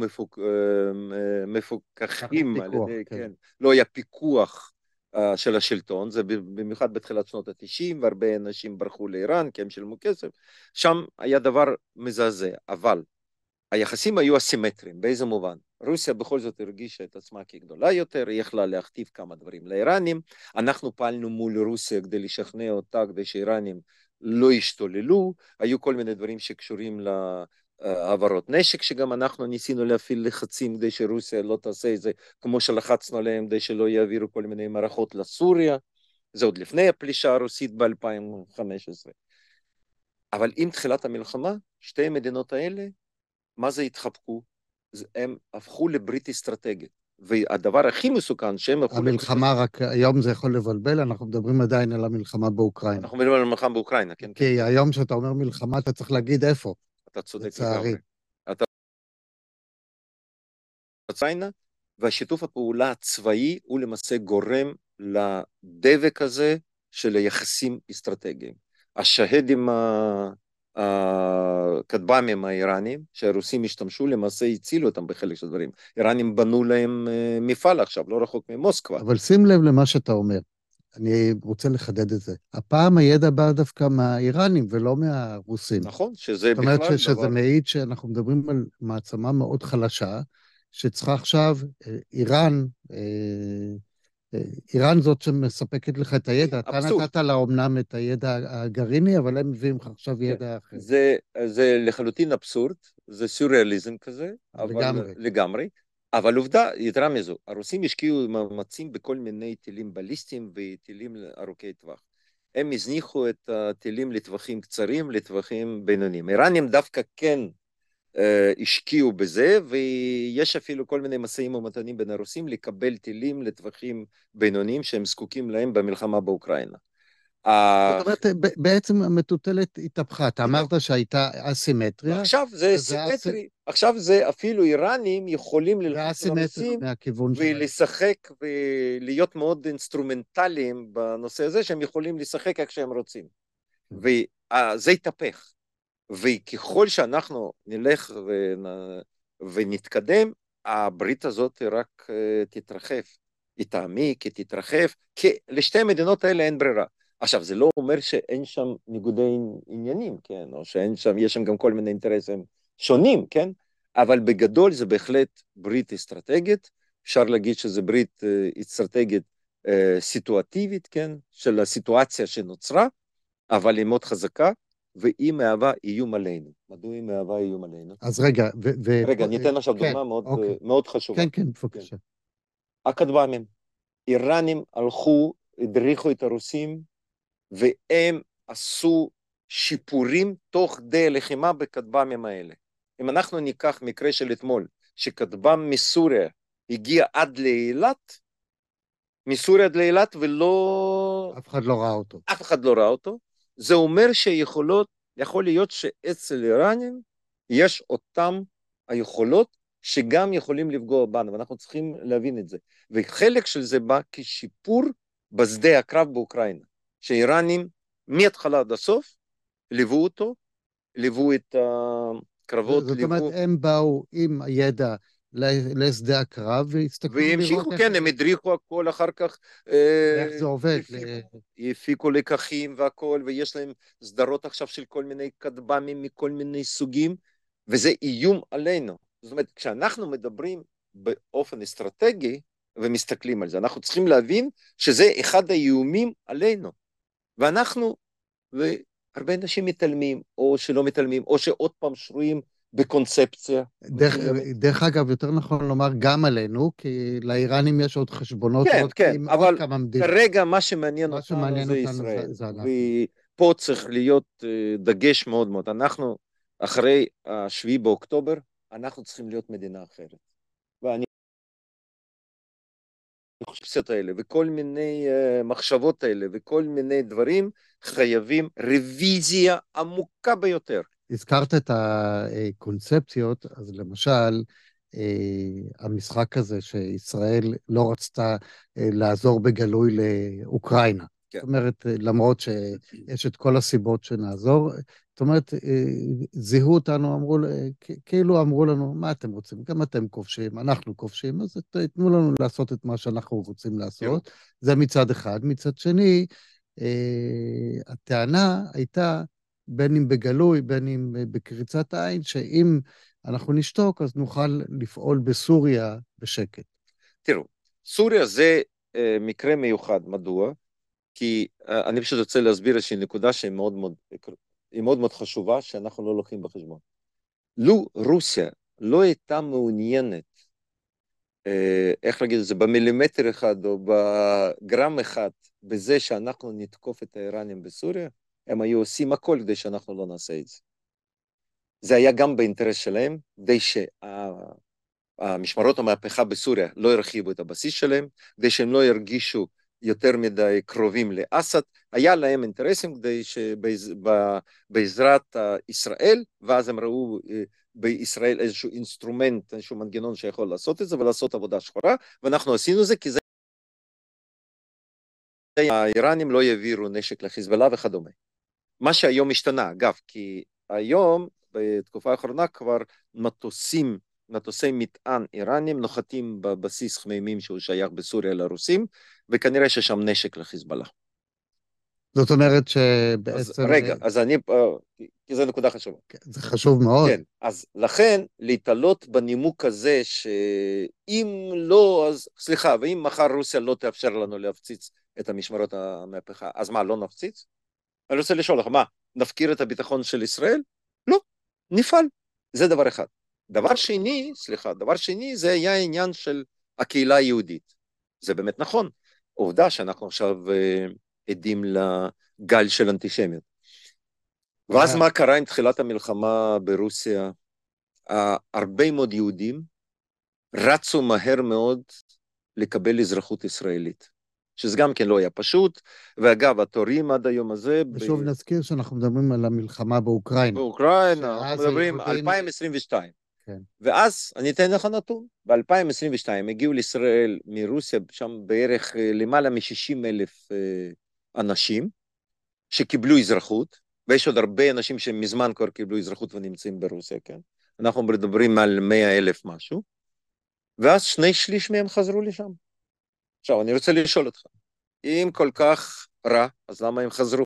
מפוקחים על ידי, כן, לא היה פיקוח של השלטון, זה במיוחד בתחילת שנות ה-תשעים, והרבה אנשים ברחו לאיראן, כי הם שילמו כסף, שם היה דבר מזעזע, אבל היחסים היו אסימטריים, באיזה מובן? רוסיה בכל זאת הרגישה את עצמה כגדולה יותר, היא יכלה להכתיב כמה דברים לאיראנים, אנחנו פעלנו מול רוסיה כדי לשכנע אותה, כדי שאיראנים לא ישתוללו, היו כל מיני דברים שקשורים להעברות נשק, שגם אנחנו ניסינו להפעיל לחצים כדי שרוסיה לא תעשה את זה, כמו שלחצנו עליהם, כדי שלא יעבירו כל מיני מערכות לסוריה, זה עוד לפני הפלישה הרוסית ב-אלפיים וחמש עשרה. אבל עם תחילת המלחמה, שתי המדינות האלה, מה זה התחבקו? הם הפכו לברית אסטרטגית, והדבר הכי מסוכן שהם הפכו... המלחמה רק, היום זה יכול לבלבל, אנחנו מדברים עדיין על המלחמה באוקראינה. אנחנו מדברים על המלחמה באוקראינה, כן. כי היום שאתה אומר מלחמה, אתה צריך להגיד איפה. אתה צודק לגמרי. אתה... אוקראינה, והשיתוף הפעולה הצבאי הוא למעשה גורם לדבק הזה של היחסים אסטרטגיים. השהדים ה... הכטב"מים האיראנים, שהרוסים השתמשו, למעשה הצילו אותם בחלק של דברים. איראנים בנו להם מפעל עכשיו, לא רחוק ממוסקבה. אבל שים לב למה שאתה אומר. אני רוצה לחדד את זה. הפעם הידע בא דווקא מהאיראנים ולא מהרוסים. נכון, שזה בכלל דבר. זאת אומרת שזה מעיד שאנחנו מדברים על מעצמה מאוד חלשה, שצריכה עכשיו, איראן, איראן זאת שמספקת לך את הידע, אתה נתת לה אומנם את הידע הגרעיני, אבל הם מביאים לך עכשיו ידע אחר. זה, זה לחלוטין אבסורד, זה סוריאליזם כזה, לגמרי. אבל, לגמרי, אבל עובדה, יתרה מזו, הרוסים השקיעו מאמצים בכל מיני טילים בליסטיים וטילים ארוכי טווח. הם הזניחו את הטילים לטווחים קצרים, לטווחים בינוניים. איראנים דווקא כן אה, השקיעו בזה, ויש אפילו כל מיני משאים ומתנים בין הרוסים לקבל טילים לטווחים בינוניים שהם זקוקים להם במלחמה באוקראינה. זאת אומרת, בעצם המטוטלת התהפכה. אתה אמרת שהייתה אסימטריה. עכשיו זה סימטרי, עכשיו זה אפילו איראנים יכולים ללחוץ על הרוסים ולשחק ולהיות מאוד אינסטרומנטליים בנושא הזה, שהם יכולים לשחק איך שהם רוצים. וזה יתהפך. וככל שאנחנו נלך ונתקדם, הברית הזאת רק תתרחב, היא תעמיק, היא תתרחב, כי לשתי המדינות האלה אין ברירה. עכשיו, זה לא אומר שאין שם ניגודי עניינים, כן, או שאין שם, יש שם גם כל מיני אינטרסים שונים, כן, אבל בגדול זה בהחלט ברית אסטרטגית, אפשר להגיד שזה ברית אסטרטגית סיטואטיבית, כן, של הסיטואציה שנוצרה, אבל היא מאוד חזקה, והיא מהווה איום עלינו. מדוע היא מהווה איום עלינו? אז רגע, ו... רגע, ניתן עכשיו דוגמה מאוד חשובה. כן, כן, בבקשה. הכטב"מים, איראנים הלכו, הדריכו את הרוסים, והם עשו שיפורים תוך כדי לחימה בכטב"מים האלה. אם אנחנו ניקח מקרה של אתמול, שכטב"ם מסוריה הגיע עד לאילת, מסוריה עד לאילת ולא... אף אחד לא ראה אותו. אף אחד לא ראה אותו. זה אומר שיכולות, יכול להיות שאצל איראנים יש אותם היכולות שגם יכולים לפגוע בנו, ואנחנו צריכים להבין את זה. וחלק של זה בא כשיפור בשדה הקרב באוקראינה. שאיראנים מהתחלה עד הסוף ליוו אותו, ליוו את הקרבות. זאת אומרת, הם באו עם הידע לשדה הקרב והסתכלו לראות... והמשיכו, כן, הם הדריכו הכל אחר כך. איך זה עובד? הפיקו לקחים והכל, ויש להם סדרות עכשיו של כל מיני כטב"מים מכל מיני סוגים, וזה איום עלינו. זאת אומרת, כשאנחנו מדברים באופן אסטרטגי ומסתכלים על זה, אנחנו צריכים להבין שזה אחד האיומים עלינו. ואנחנו, והרבה אנשים מתעלמים, או שלא מתעלמים, או שעוד פעם שרויים בקונספציה. דרך, דרך אגב, יותר נכון לומר גם עלינו, כי לאיראנים יש עוד חשבונות, כן, עוד, כן, אבל כמה כרגע מה שמעניין מה אותנו שמעניין זה אותנו ישראל. זה, זה ופה צריך להיות דגש מאוד מאוד. אנחנו, אחרי השביעי באוקטובר, אנחנו צריכים להיות מדינה אחרת. ואני חושב האלה, וכל מיני uh, מחשבות האלה, וכל מיני דברים, חייבים רוויזיה עמוקה ביותר. הזכרת את הקונספציות, אז למשל, המשחק הזה שישראל לא רצתה לעזור בגלוי לאוקראינה. כן. זאת אומרת, למרות שיש את כל הסיבות שנעזור, זאת אומרת, זיהו אותנו, אמרו, כאילו אמרו לנו, מה אתם רוצים? גם אתם כובשים, אנחנו כובשים, אז תנו לנו לעשות את מה שאנחנו רוצים לעשות. זה מצד אחד. מצד שני, הטענה הייתה, בין אם בגלוי, בין אם בקריצת העין, שאם אנחנו נשתוק, אז נוכל לפעול בסוריה בשקט. תראו, סוריה זה אה, מקרה מיוחד. מדוע? כי אה, אני פשוט רוצה להסביר איזושהי נקודה שהיא מאוד מאוד, היא מאוד מאוד חשובה, שאנחנו לא לוקחים בחשבון. לו רוסיה לא הייתה מעוניינת, אה, איך להגיד את זה, במילימטר אחד או בגרם אחד, בזה שאנחנו נתקוף את האיראנים בסוריה, הם היו עושים הכל כדי שאנחנו לא נעשה את זה. זה היה גם באינטרס שלהם, כדי שהמשמרות המהפכה בסוריה לא ירחיבו את הבסיס שלהם, כדי שהם לא ירגישו יותר מדי קרובים לאסד, היה להם אינטרסים כדי שבעזרת ישראל, ואז הם ראו בישראל איזשהו אינסטרומנט, איזשהו מנגנון שיכול לעשות את זה, ולעשות עבודה שחורה, ואנחנו עשינו זה כי זה האיראנים לא יעבירו נשק לחיזבאללה וכדומה. מה שהיום השתנה, אגב, כי היום, בתקופה האחרונה, כבר מטוסים, מטוסי מטען איראנים נוחתים בבסיס חמימים שהוא שייך בסוריה לרוסים, וכנראה ששם נשק לחיזבאללה. זאת אומרת שבעצם... אז, רגע, אז אני, כי זו נקודה חשובה. זה חשוב מאוד. כן, אז לכן להתעלות בנימוק הזה שאם לא, אז סליחה, ואם מחר רוסיה לא תאפשר לנו להפציץ את המשמרות המהפכה, אז מה, לא נפציץ? אני רוצה לשאול לך, מה, נפקיר את הביטחון של ישראל? לא, נפעל. זה דבר אחד. דבר שני, סליחה, דבר שני, זה היה העניין של הקהילה היהודית. זה באמת נכון. עובדה שאנחנו עכשיו עדים גל של אנטישמיות. ואז מה קרה עם תחילת המלחמה ברוסיה? הרבה מאוד יהודים רצו מהר מאוד לקבל אזרחות ישראלית, שזה גם כן לא היה פשוט, ואגב, התורים עד היום הזה... ושוב ב... נזכיר שאנחנו מדברים על המלחמה באוקראינה. באוקראינה, אנחנו מדברים על אלפיים עשרים ושתיים. כן. ואז, אני אתן לך נתון, ב-אלפיים עשרים ושתיים הגיעו לישראל מרוסיה, שם בערך למעלה מ-שישים אלף אנשים, שקיבלו אזרחות, ויש עוד הרבה אנשים שמזמן כבר קיבלו אזרחות ונמצאים ברוסיה, כן? אנחנו מדברים על מאה אלף משהו, ואז שני שליש מהם חזרו לשם. עכשיו, אני רוצה לשאול אותך, אם כל כך רע, אז למה הם חזרו?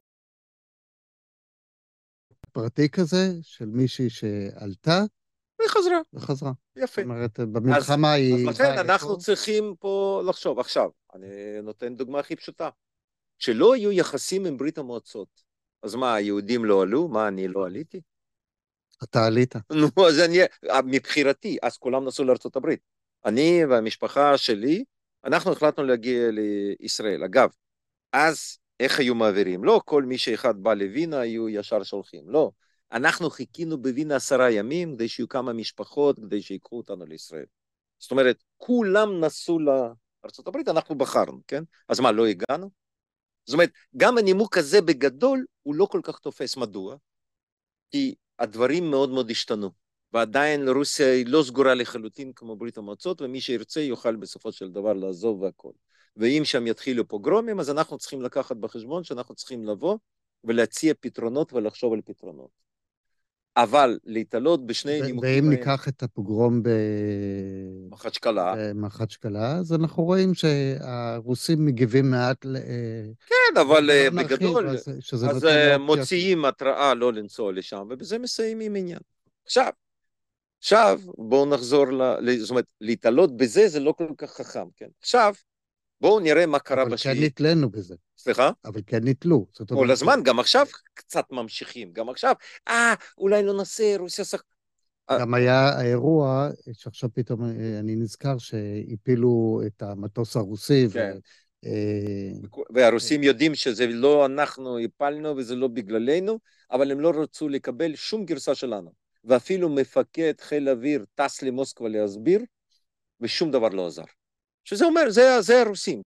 פרטי כזה של מישהי שעלתה, וחזרה. וחזרה. יפה. זאת אומרת, במלחמה אז, היא... אז לכן אנחנו פה. צריכים פה לחשוב. עכשיו, אני נותן דוגמה הכי פשוטה. שלא היו יחסים עם ברית המועצות, אז מה, היהודים לא עלו? מה, אני לא עליתי? אתה עלית. נו, אז אני, מבחירתי, אז כולם נסעו לארצות הברית. אני והמשפחה שלי, אנחנו החלטנו להגיע לישראל. אגב, אז איך היו מעבירים? לא כל מי שאחד בא לווינה היו ישר שולחים, לא. אנחנו חיכינו בווינה עשרה ימים, כדי שיהיו כמה משפחות, כדי שיקחו אותנו לישראל. זאת אומרת, כולם נסעו לארצות הברית, אנחנו בחרנו, כן? אז מה, לא הגענו? זאת אומרת, גם הנימוק הזה בגדול, הוא לא כל כך תופס. מדוע? כי הדברים מאוד מאוד השתנו, ועדיין רוסיה היא לא סגורה לחלוטין כמו ברית המועצות, ומי שירצה יוכל בסופו של דבר לעזוב והכל. ואם שם יתחילו פוגרומים, אז אנחנו צריכים לקחת בחשבון שאנחנו צריכים לבוא ולהציע פתרונות ולחשוב על פתרונות. אבל להתעלות בשני נימוקים... ואם ניקח את הפוגרום במחצ'קלה, במחצ'קלה, אז אנחנו רואים שהרוסים מגיבים מעט... כן, אבל בגדול, אז מוציאים התראה לא לנסוע לשם, ובזה מסיימים עניין. עכשיו, עכשיו בואו נחזור, זאת אומרת, להתעלות בזה זה לא כל כך חכם, כן? עכשיו, בואו נראה מה קרה בשביעי. אבל כן נתלנו בזה. סליחה? אבל כן נתלו. כל הזמן, גם עכשיו קצת ממשיכים, גם עכשיו, אה, אולי לא נעשה, רוסיה שח... גם היה האירוע, שעכשיו פתאום אני נזכר שהפילו את המטוס הרוסי. כן. והרוסים יודעים שזה לא אנחנו הפלנו וזה לא בגללנו, אבל הם לא רצו לקבל שום גרסה שלנו. ואפילו מפקד חיל אוויר טס למוסקבה להסביר, ושום דבר לא עזר. שזה אומר, זה, זה הרוסים.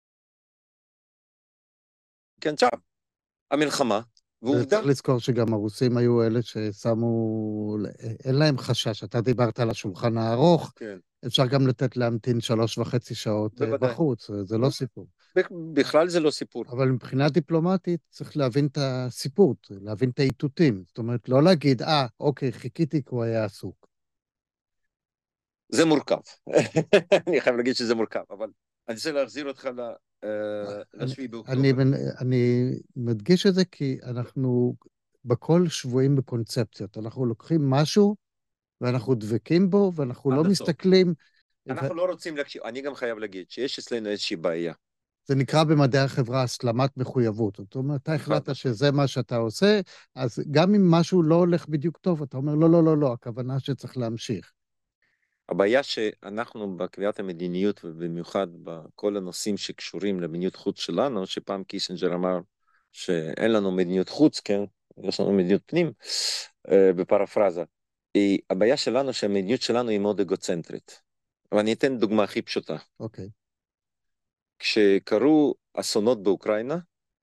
כן, עכשיו, המלחמה, ועובדה... צריך לזכור שגם הרוסים היו אלה ששמו, אין להם חשש, אתה דיברת על השולחן הארוך, כן. אפשר גם לתת להמתין שלוש וחצי שעות בוודאי. בחוץ, זה לא סיפור. בכלל זה לא סיפור. אבל מבחינה דיפלומטית צריך להבין את הסיפור, להבין את האיתותים, זאת אומרת, לא להגיד, אה, אוקיי, חיכיתי כי הוא היה עסוק. זה מורכב, אני חייב להגיד שזה מורכב, אבל אני רוצה להחזיר אותך לשביעי באוקטובר. אני, אני מדגיש את זה כי אנחנו בכל שבועים בקונספציות, אנחנו לוקחים משהו ואנחנו דבקים בו ואנחנו לא מסתכלים. אנחנו לא רוצים להקשיב, אני גם חייב להגיד שיש אצלנו איזושהי בעיה. זה נקרא במדעי החברה הסלמת מחויבות. זאת אומרת, אתה החלטת שזה מה שאתה עושה, אז גם אם משהו לא הולך בדיוק טוב, אתה אומר, לא, לא, לא, לא, הכוונה שצריך להמשיך. הבעיה שאנחנו בקביעת המדיניות, ובמיוחד בכל הנושאים שקשורים למדיניות חוץ שלנו, שפעם קיסינג'ר אמר שאין לנו מדיניות חוץ, כן, יש לנו מדיניות פנים, בפרפרזה. הבעיה שלנו שהמדיניות שלנו היא מאוד אגוצנטרית. ואני אתן דוגמה הכי פשוטה. אוקיי. כשקרו אסונות באוקראינה,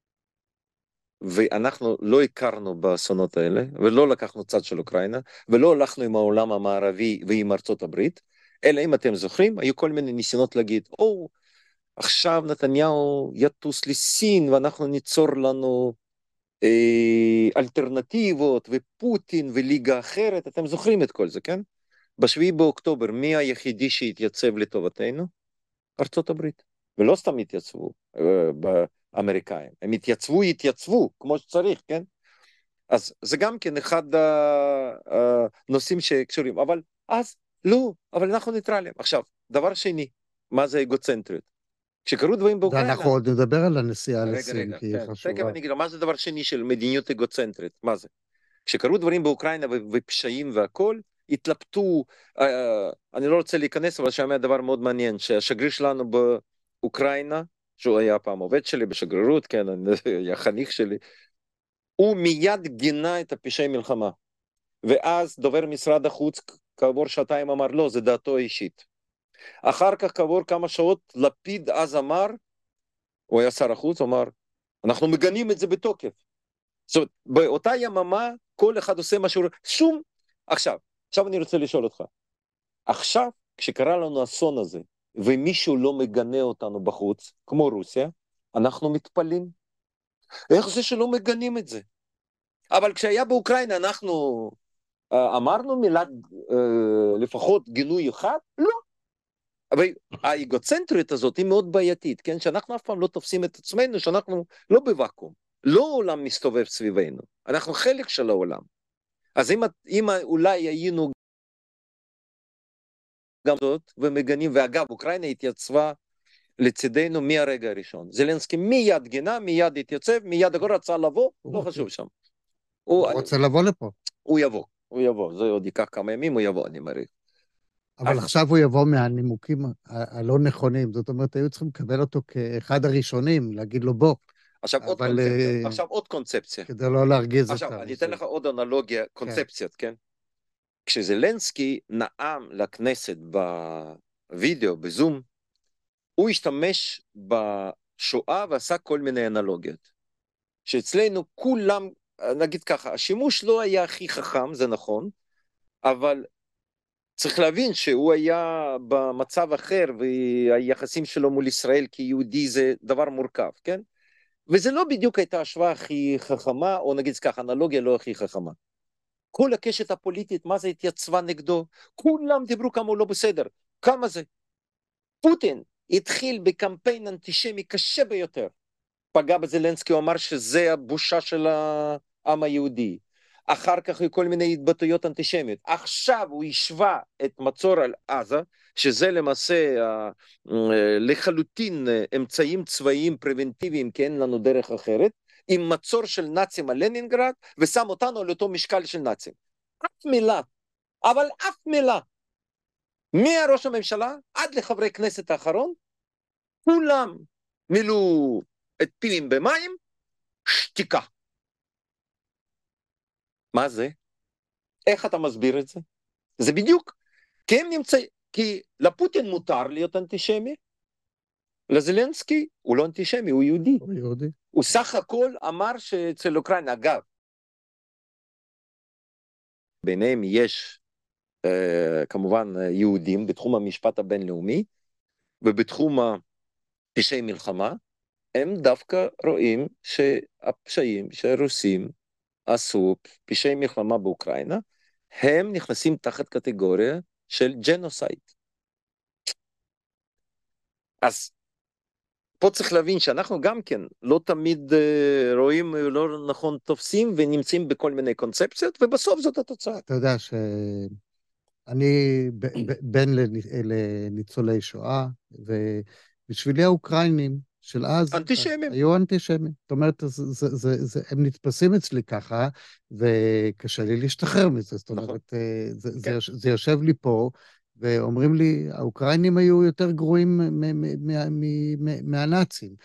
ואנחנו לא הכרנו באסונות האלה, ולא לקחנו צד של אוקראינה, ולא הלכנו עם העולם המערבי ועם ארצות הברית, אלא אם אתם זוכרים, היו כל מיני ניסיונות להגיד, או, עכשיו נתניהו יטוס לסין, ואנחנו ניצור לנו אה, אלטרנטיבות, ופוטין וליגה אחרת, אתם זוכרים את כל זה, כן? בשביעי באוקטובר, מי היחידי שהתייצב לטובתנו? ארצות הברית. ולא סתם התייצבו באמריקאים, הם התייצבו, התייצבו, כמו שצריך, כן? אז זה גם כן אחד הנושאים שקשורים, אבל אז לא, אבל אנחנו ניטרלים. עכשיו, דבר שני, מה זה אגוצנטריות? כשקרו דברים באוקראינה... אנחנו עוד נדבר על הנסיעה לסין, רגע, כי היא כן, חשובה. תכף אני אגיד, מה זה דבר שני של מדיניות אגוצנטרית? מה זה? כשקרו דברים באוקראינה ופשעים והכל, התלבטו, אני לא רוצה להיכנס, אבל שם היה דבר מאוד מעניין, שהשגריר שלנו באוקראינה, שהוא היה פעם עובד שלי בשגרירות, כן, היה חניך שלי, הוא מיד גינה את הפשעי מלחמה. ואז דובר משרד החוץ כעבור שעתיים אמר, לא, זה דעתו האישית. אחר כך כעבור כמה שעות, לפיד אז אמר, הוא היה שר החוץ, אמר, אנחנו מגנים את זה בתוקף. זאת אומרת, באותה יממה, כל אחד עושה משהו, שום, עכשיו, עכשיו אני רוצה לשאול אותך, עכשיו, כשקרה לנו האסון הזה, ומישהו לא מגנה אותנו בחוץ, כמו רוסיה, אנחנו מתפלים. איך זה שלא מגנים את זה? אבל כשהיה באוקראינה, אנחנו אמרנו מילת, לפחות גינוי אחד? לא. אבל האגוצנטריות הזאת היא מאוד בעייתית, כן? שאנחנו אף פעם לא תופסים את עצמנו, שאנחנו לא בוואקום, לא העולם מסתובב סביבנו, אנחנו חלק של העולם. אז אם, אם אולי היינו גם זאת ומגנים, ואגב, אוקראינה התייצבה לצידנו מהרגע הראשון. זלנסקי מיד גינה, מיד התייצב, מיד הכל רצה לבוא, לא חשוב שם. הוא רוצה לבוא לפה. הוא יבוא, הוא יבוא, זה עוד ייקח כמה ימים, הוא יבוא, אני מעריך. אבל עכשיו הוא יבוא מהנימוקים הלא נכונים, זאת אומרת, היו צריכים לקבל אותו כאחד הראשונים, להגיד לו בוא. עכשיו עוד קונספציה, עכשיו עוד קונספציה. כדי לא להרגיז אותם. עכשיו, אני אתן לך עוד אנלוגיה, קונספציות, כן? כשזלנסקי נאם לכנסת בווידאו, בזום, הוא השתמש בשואה ועשה כל מיני אנלוגיות. שאצלנו כולם, נגיד ככה, השימוש לא היה הכי חכם, זה נכון, אבל צריך להבין שהוא היה במצב אחר, והיחסים שלו מול ישראל כיהודי זה דבר מורכב, כן? וזה לא בדיוק הייתה השוואה הכי חכמה, או נגיד ככה, אנלוגיה לא הכי חכמה. כל הקשת הפוליטית, מה זה התייצבה נגדו? כולם דיברו כמה הוא לא בסדר. כמה זה? פוטין התחיל בקמפיין אנטישמי קשה ביותר. פגע בזלנסקי, הוא אמר שזה הבושה של העם היהודי. אחר כך היו כל מיני התבטאויות אנטישמיות. עכשיו הוא השווה את מצור על עזה, שזה למעשה לחלוטין אמצעים צבאיים פרבנטיביים, כי אין לנו דרך אחרת, עם מצור של נאצים על לנינגרד, ושם אותנו על אותו משקל של נאצים. אף מילה, אבל אף מילה. מהראש הממשלה עד לחברי כנסת האחרון, כולם מילאו את פילים במים, שתיקה. מה זה? איך אתה מסביר את זה? זה בדיוק, כי הם נמצאים, כי לפוטין מותר להיות אנטישמי, לזלנסקי הוא לא אנטישמי, הוא יהודי. הוא יהודי. הוא סך הכל אמר שאצל אוקראינה, אגב, ביניהם יש אה, כמובן יהודים בתחום המשפט הבינלאומי, ובתחום פשעי מלחמה, הם דווקא רואים שהפשעים שהרוסים עשו, פשעי מלחמה באוקראינה, הם נכנסים תחת קטגוריה של ג'נוסייד. אז פה צריך להבין שאנחנו גם כן לא תמיד uh, רואים, לא נכון תופסים ונמצאים בכל מיני קונספציות, ובסוף זאת התוצאה. אתה יודע שאני בן לניצולי שואה, ובשבילי האוקראינים של אז, אנטישמים. היו אנטישמים. זאת אומרת, זה, זה, זה, זה, הם נתפסים אצלי ככה, וקשה לי להשתחרר מזה. זאת אומרת, נכון. זה, כן. זה, זה יושב לי פה, ואומרים לי, האוקראינים היו יותר גרועים מהנאצים,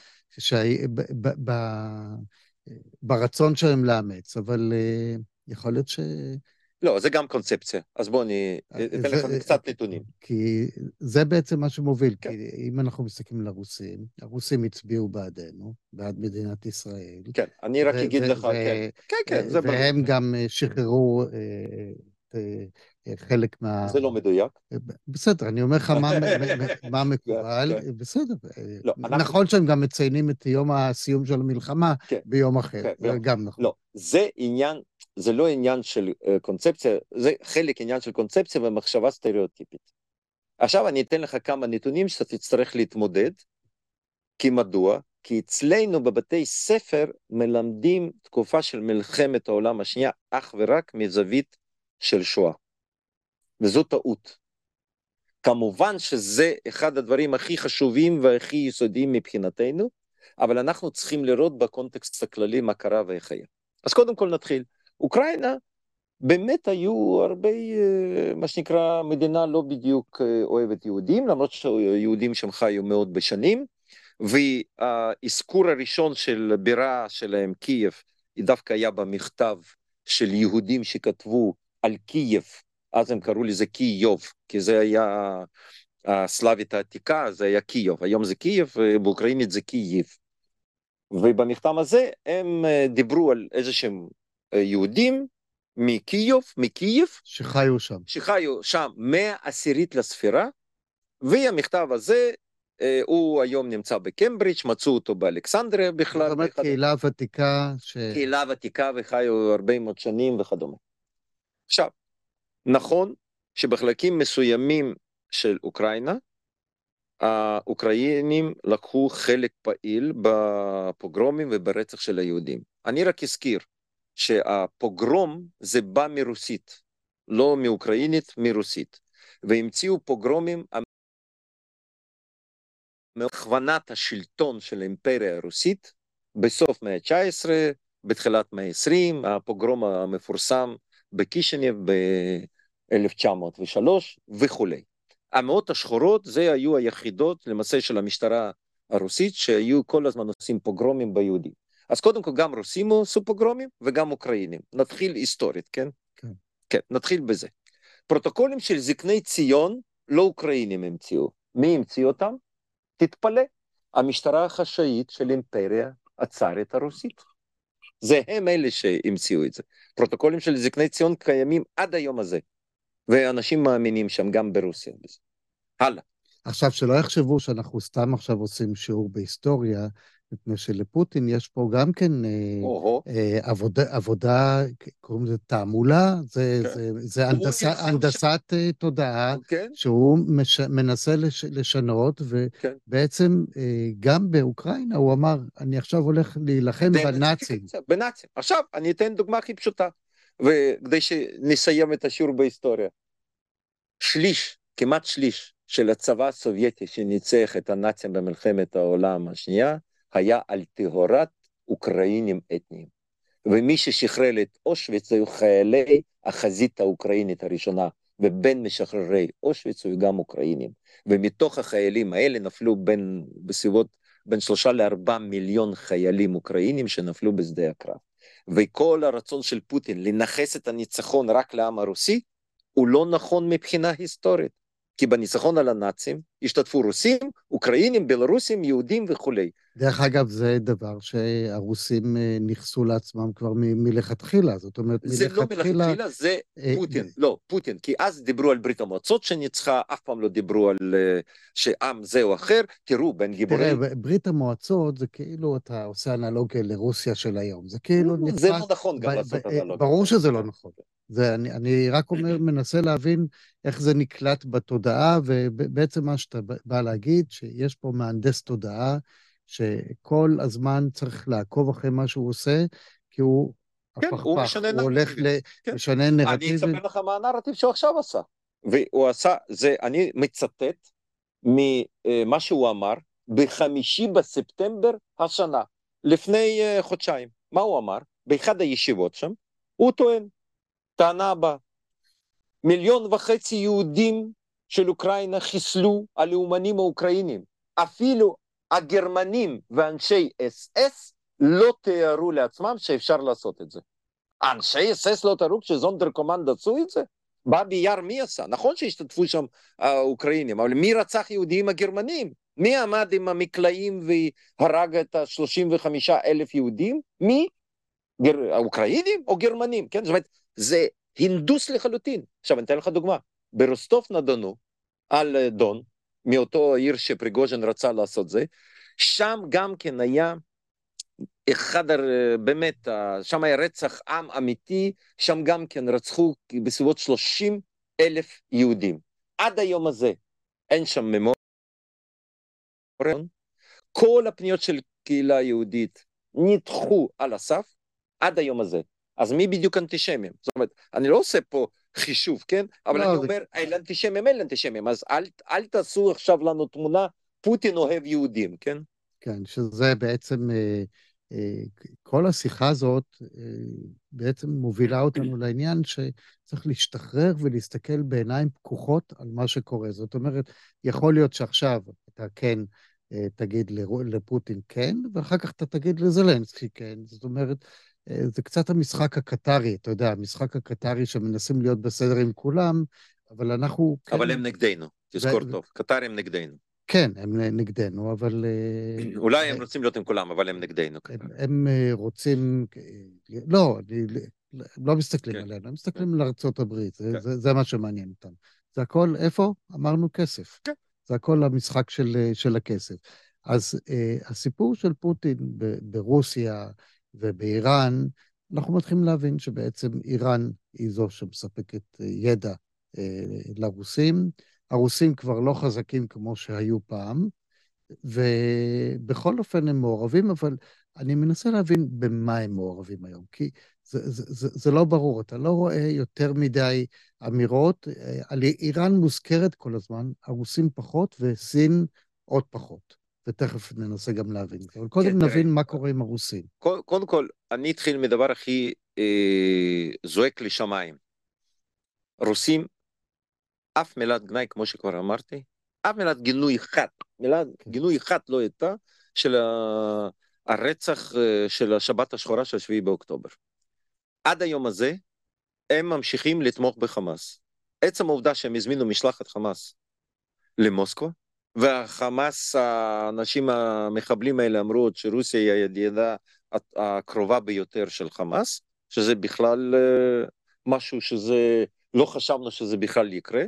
ברצון שלהם לאמץ, אבל יכול להיות ש... לא, זה גם קונספציה, אז בואו אני אתן לכם קצת נתונים. כי זה בעצם מה שמוביל, כי אם אנחנו מסתכלים לרוסים, הרוסים הצביעו בעדנו, בעד מדינת ישראל. כן, אני רק אגיד לך, כן, כן, זה ברור. והם גם שחררו חלק מה... זה לא מדויק. בסדר, אני אומר לך מה מקובל, בסדר. נכון שהם גם מציינים את יום הסיום של המלחמה ביום אחר, זה גם נכון. לא, זה עניין... זה לא עניין של קונספציה, זה חלק עניין של קונספציה ומחשבה סטריאוטיפית. עכשיו אני אתן לך כמה נתונים שאתה תצטרך להתמודד, כי מדוע? כי אצלנו בבתי ספר מלמדים תקופה של מלחמת העולם השנייה, אך ורק מזווית של שואה. וזו טעות. כמובן שזה אחד הדברים הכי חשובים והכי יסודיים מבחינתנו, אבל אנחנו צריכים לראות בקונטקסט הכללי מה קרה ואיך היה. אז קודם כל נתחיל. אוקראינה באמת היו הרבה, מה שנקרא, מדינה לא בדיוק אוהבת יהודים, למרות שיהודים שם חיו מאוד בשנים, והאזכור הראשון של בירה שלהם, קייב, היא דווקא היה במכתב של יהודים שכתבו על קייב, אז הם קראו לזה קייוב, כי זה היה הסלאבית העתיקה, זה היה קייב, היום זה קייב, באוקראינית זה קייב. ובמכתב הזה הם דיברו על איזה שהם יהודים מקייב, מקייב, שחיו שם. שחיו שם מהעשירית לספירה, והמכתב הזה, הוא היום נמצא בקמברידג', מצאו אותו באלכסנדריה בכלל. זאת אומרת, קהילה ותיקה. ש... קהילה ותיקה וחיו הרבה מאוד שנים וכדומה. עכשיו, נכון שבחלקים מסוימים של אוקראינה, האוקראינים לקחו חלק פעיל בפוגרומים וברצח של היהודים. אני רק אזכיר שהפוגרום זה בא מרוסית, לא מאוקראינית, מרוסית. והמציאו פוגרומים מהכוונת השלטון של האימפריה הרוסית בסוף מאה ה-תשע עשרה, בתחילת מאה ה-עשרים, הפוגרום המפורסם בקישינב ב-אלף תשע מאות ושלוש וכו'. המאות השחורות זה היו היחידות למעשה של המשטרה הרוסית שהיו כל הזמן עושים פוגרומים ביהודים. אז קודם כל גם רוסים עשו פוגרומים וגם אוקראינים. נתחיל היסטורית, כן? כן. כן, נתחיל בזה. פרוטוקולים של זקני ציון לא אוקראינים המציאו. מי המציאו אותם? תתפלא. המשטרה החשאית של אימפריה הצארית הרוסית. זה הם אלה שהמציאו את זה. פרוטוקולים של זקני ציון קיימים עד היום הזה. ואנשים מאמינים שם גם ברוסיה. הלאה. עכשיו, שלא יחשבו שאנחנו סתם עכשיו עושים שיעור בהיסטוריה, מפני שלפוטין יש פה גם כן אה, אה, עבודה, עבודה, קוראים לזה תעמולה, זה, כן. זה, זה הנדסה, הנדסת ש... תודעה, כן. שהוא מש, מנסה לש, לשנות, ובעצם כן. אה, גם באוקראינה הוא אמר, אני עכשיו הולך להילחם בנאצים. בנאצים. עכשיו, אני אתן דוגמה הכי פשוטה, וכדי שנסיים את השיעור בהיסטוריה. שליש, כמעט שליש, של הצבא הסובייטי שניצח את הנאצים במלחמת העולם השנייה, היה על טהרת אוקראינים אתניים. ומי ששחרר את אושוויץ היו חיילי החזית האוקראינית הראשונה, ובין משחררי אושוויץ היו גם אוקראינים. ומתוך החיילים האלה נפלו בין, בסביבות, בין שלושה לארבעה מיליון חיילים אוקראינים שנפלו בשדה הקרב. וכל הרצון של פוטין לנחס את הניצחון רק לעם הרוסי, הוא לא נכון מבחינה היסטורית. כי בניצחון על הנאצים השתתפו רוסים, אוקראינים, בלרוסים, יהודים וכו'. דרך אגב, זה דבר שהרוסים נכסו לעצמם כבר מ- מלכתחילה, זאת אומרת, זה מלכתחילה... לא מלכתחילה, זה פוטין, אה, לא, פוטין, כי אז דיברו על ברית המועצות שניצחה, אף פעם לא דיברו על שעם זה או אחר, תראו, בין גיבורים... תראה, ברית המועצות זה כאילו אתה עושה אנלוגיה לרוסיה של היום, זה כאילו נתפס... זה לא נכון גם לעשות אנלוגיה. ברור שזה לא נכון. זה, אני, אני רק אומר, מנסה להבין איך זה נקלט בתודעה, ובעצם מה שאתה בא להגיד, שיש פה מהנדס תודעה, שכל הזמן צריך לעקוב אחרי מה שהוא עושה, כי הוא כן, הפכפך, הוא, הוא הולך לשנה נרטיבים. אני אספר לך מה הנרטיב שהוא עכשיו עשה. והוא עשה, זה, אני מצטט ממה שהוא אמר, בחמישי בספטמבר השנה, לפני חודשיים. מה הוא אמר? באחד הישיבות שם, הוא טוען, טענה הבאה, מיליון וחצי יהודים של אוקראינה חיסלו הלאומנים האוקראינים, אפילו הגרמנים ואנשי אס אס לא תיארו לעצמם שאפשר לעשות את זה. אנשי אס אס לא תיארו כשזונדר קומנד עשו את זה? באבי יאר מי עשה? נכון שהשתתפו שם האוקראינים, אבל מי רצח יהודים הגרמנים? מי עמד עם המקלעים והרג את ה-שלושים וחמישה אלף יהודים? מי? גר... האוקראינים או גרמנים? כן? זאת אומרת, זה הינדוס לחלוטין. עכשיו אני אתן לך דוגמה. ברוסטוב נדונו על דון, מאותו עיר שפריגוז'ין רצה לעשות זה, שם גם כן היה אחד, באמת, שם היה רצח עם אמיתי, שם גם כן רצחו בסביבות שלושים אלף יהודים. עד היום הזה אין שם ממוריה. כל הפניות של קהילה יהודית נדחו על הסף עד היום הזה. אז מי בדיוק אנטישמים? זאת אומרת, אני לא עושה פה חישוב, כן? אבל לא, אני זה... אומר, אלה אנטישמים, אלה אנטישמים, אז אל, אל תעשו עכשיו לנו תמונה, פוטין אוהב יהודים, כן? כן, שזה בעצם, אה, אה, כל השיחה הזאת אה, בעצם מובילה אותנו לעניין שצריך להשתחרר ולהסתכל בעיניים פקוחות על מה שקורה. זאת אומרת, יכול להיות שעכשיו אתה כן אה, תגיד לפוטין כן, ואחר כך אתה תגיד לזלנסקי כן. זאת אומרת, זה קצת המשחק הקטרי, אתה יודע, המשחק הקטרי שמנסים להיות בסדר עם כולם, אבל אנחנו... אבל כן, הם נגדנו, תזכור טוב, קטר הם נגדנו. כן, הם נגדנו, אבל... אולי הם רוצים להיות עם כולם, אבל הם נגדנו. הם, הם רוצים... לא, הם לא מסתכלים כן. עלינו, הם מסתכלים על ארצות הברית, זה, כן. זה, זה מה שמעניין אותם. זה הכל, איפה? אמרנו כסף. כן. זה הכל המשחק של, של הכסף. אז uh, הסיפור של פוטין ב- ברוסיה ובאיראן, אנחנו מתחילים להבין שבעצם איראן היא זו שמספקת uh, ידע uh, לרוסים. הרוסים כבר לא חזקים כמו שהיו פעם, ובכל אופן הם מעורבים, אבל אני מנסה להבין במה הם מעורבים היום, כי זה, זה, זה, זה לא ברור, אתה לא רואה יותר מדי אמירות, על איראן מוזכרת כל הזמן, הרוסים פחות וסין עוד פחות, ותכף ננסה גם להבין, אבל קודם כן, נבין תראה, מה קורה עם הרוסים. קודם כל, אני אתחיל מדבר הכי אה, זועק לשמיים. רוסים, אף מילת גנאי, כמו שכבר אמרתי, אף מילת גינוי אחת, מילת כן. גינוי אחת לא הייתה של ה... הרצח של השבת השחורה של שביעי באוקטובר. עד היום הזה, הם ממשיכים לתמוך בחמאס. עצם העובדה שהם הזמינו משלחת חמאס למוסקו, והחמאס, האנשים המחבלים האלה אמרו שרוסיה היא הידידה הקרובה ביותר של חמאס, שזה בכלל משהו שזה, לא חשבנו שזה בכלל יקרה.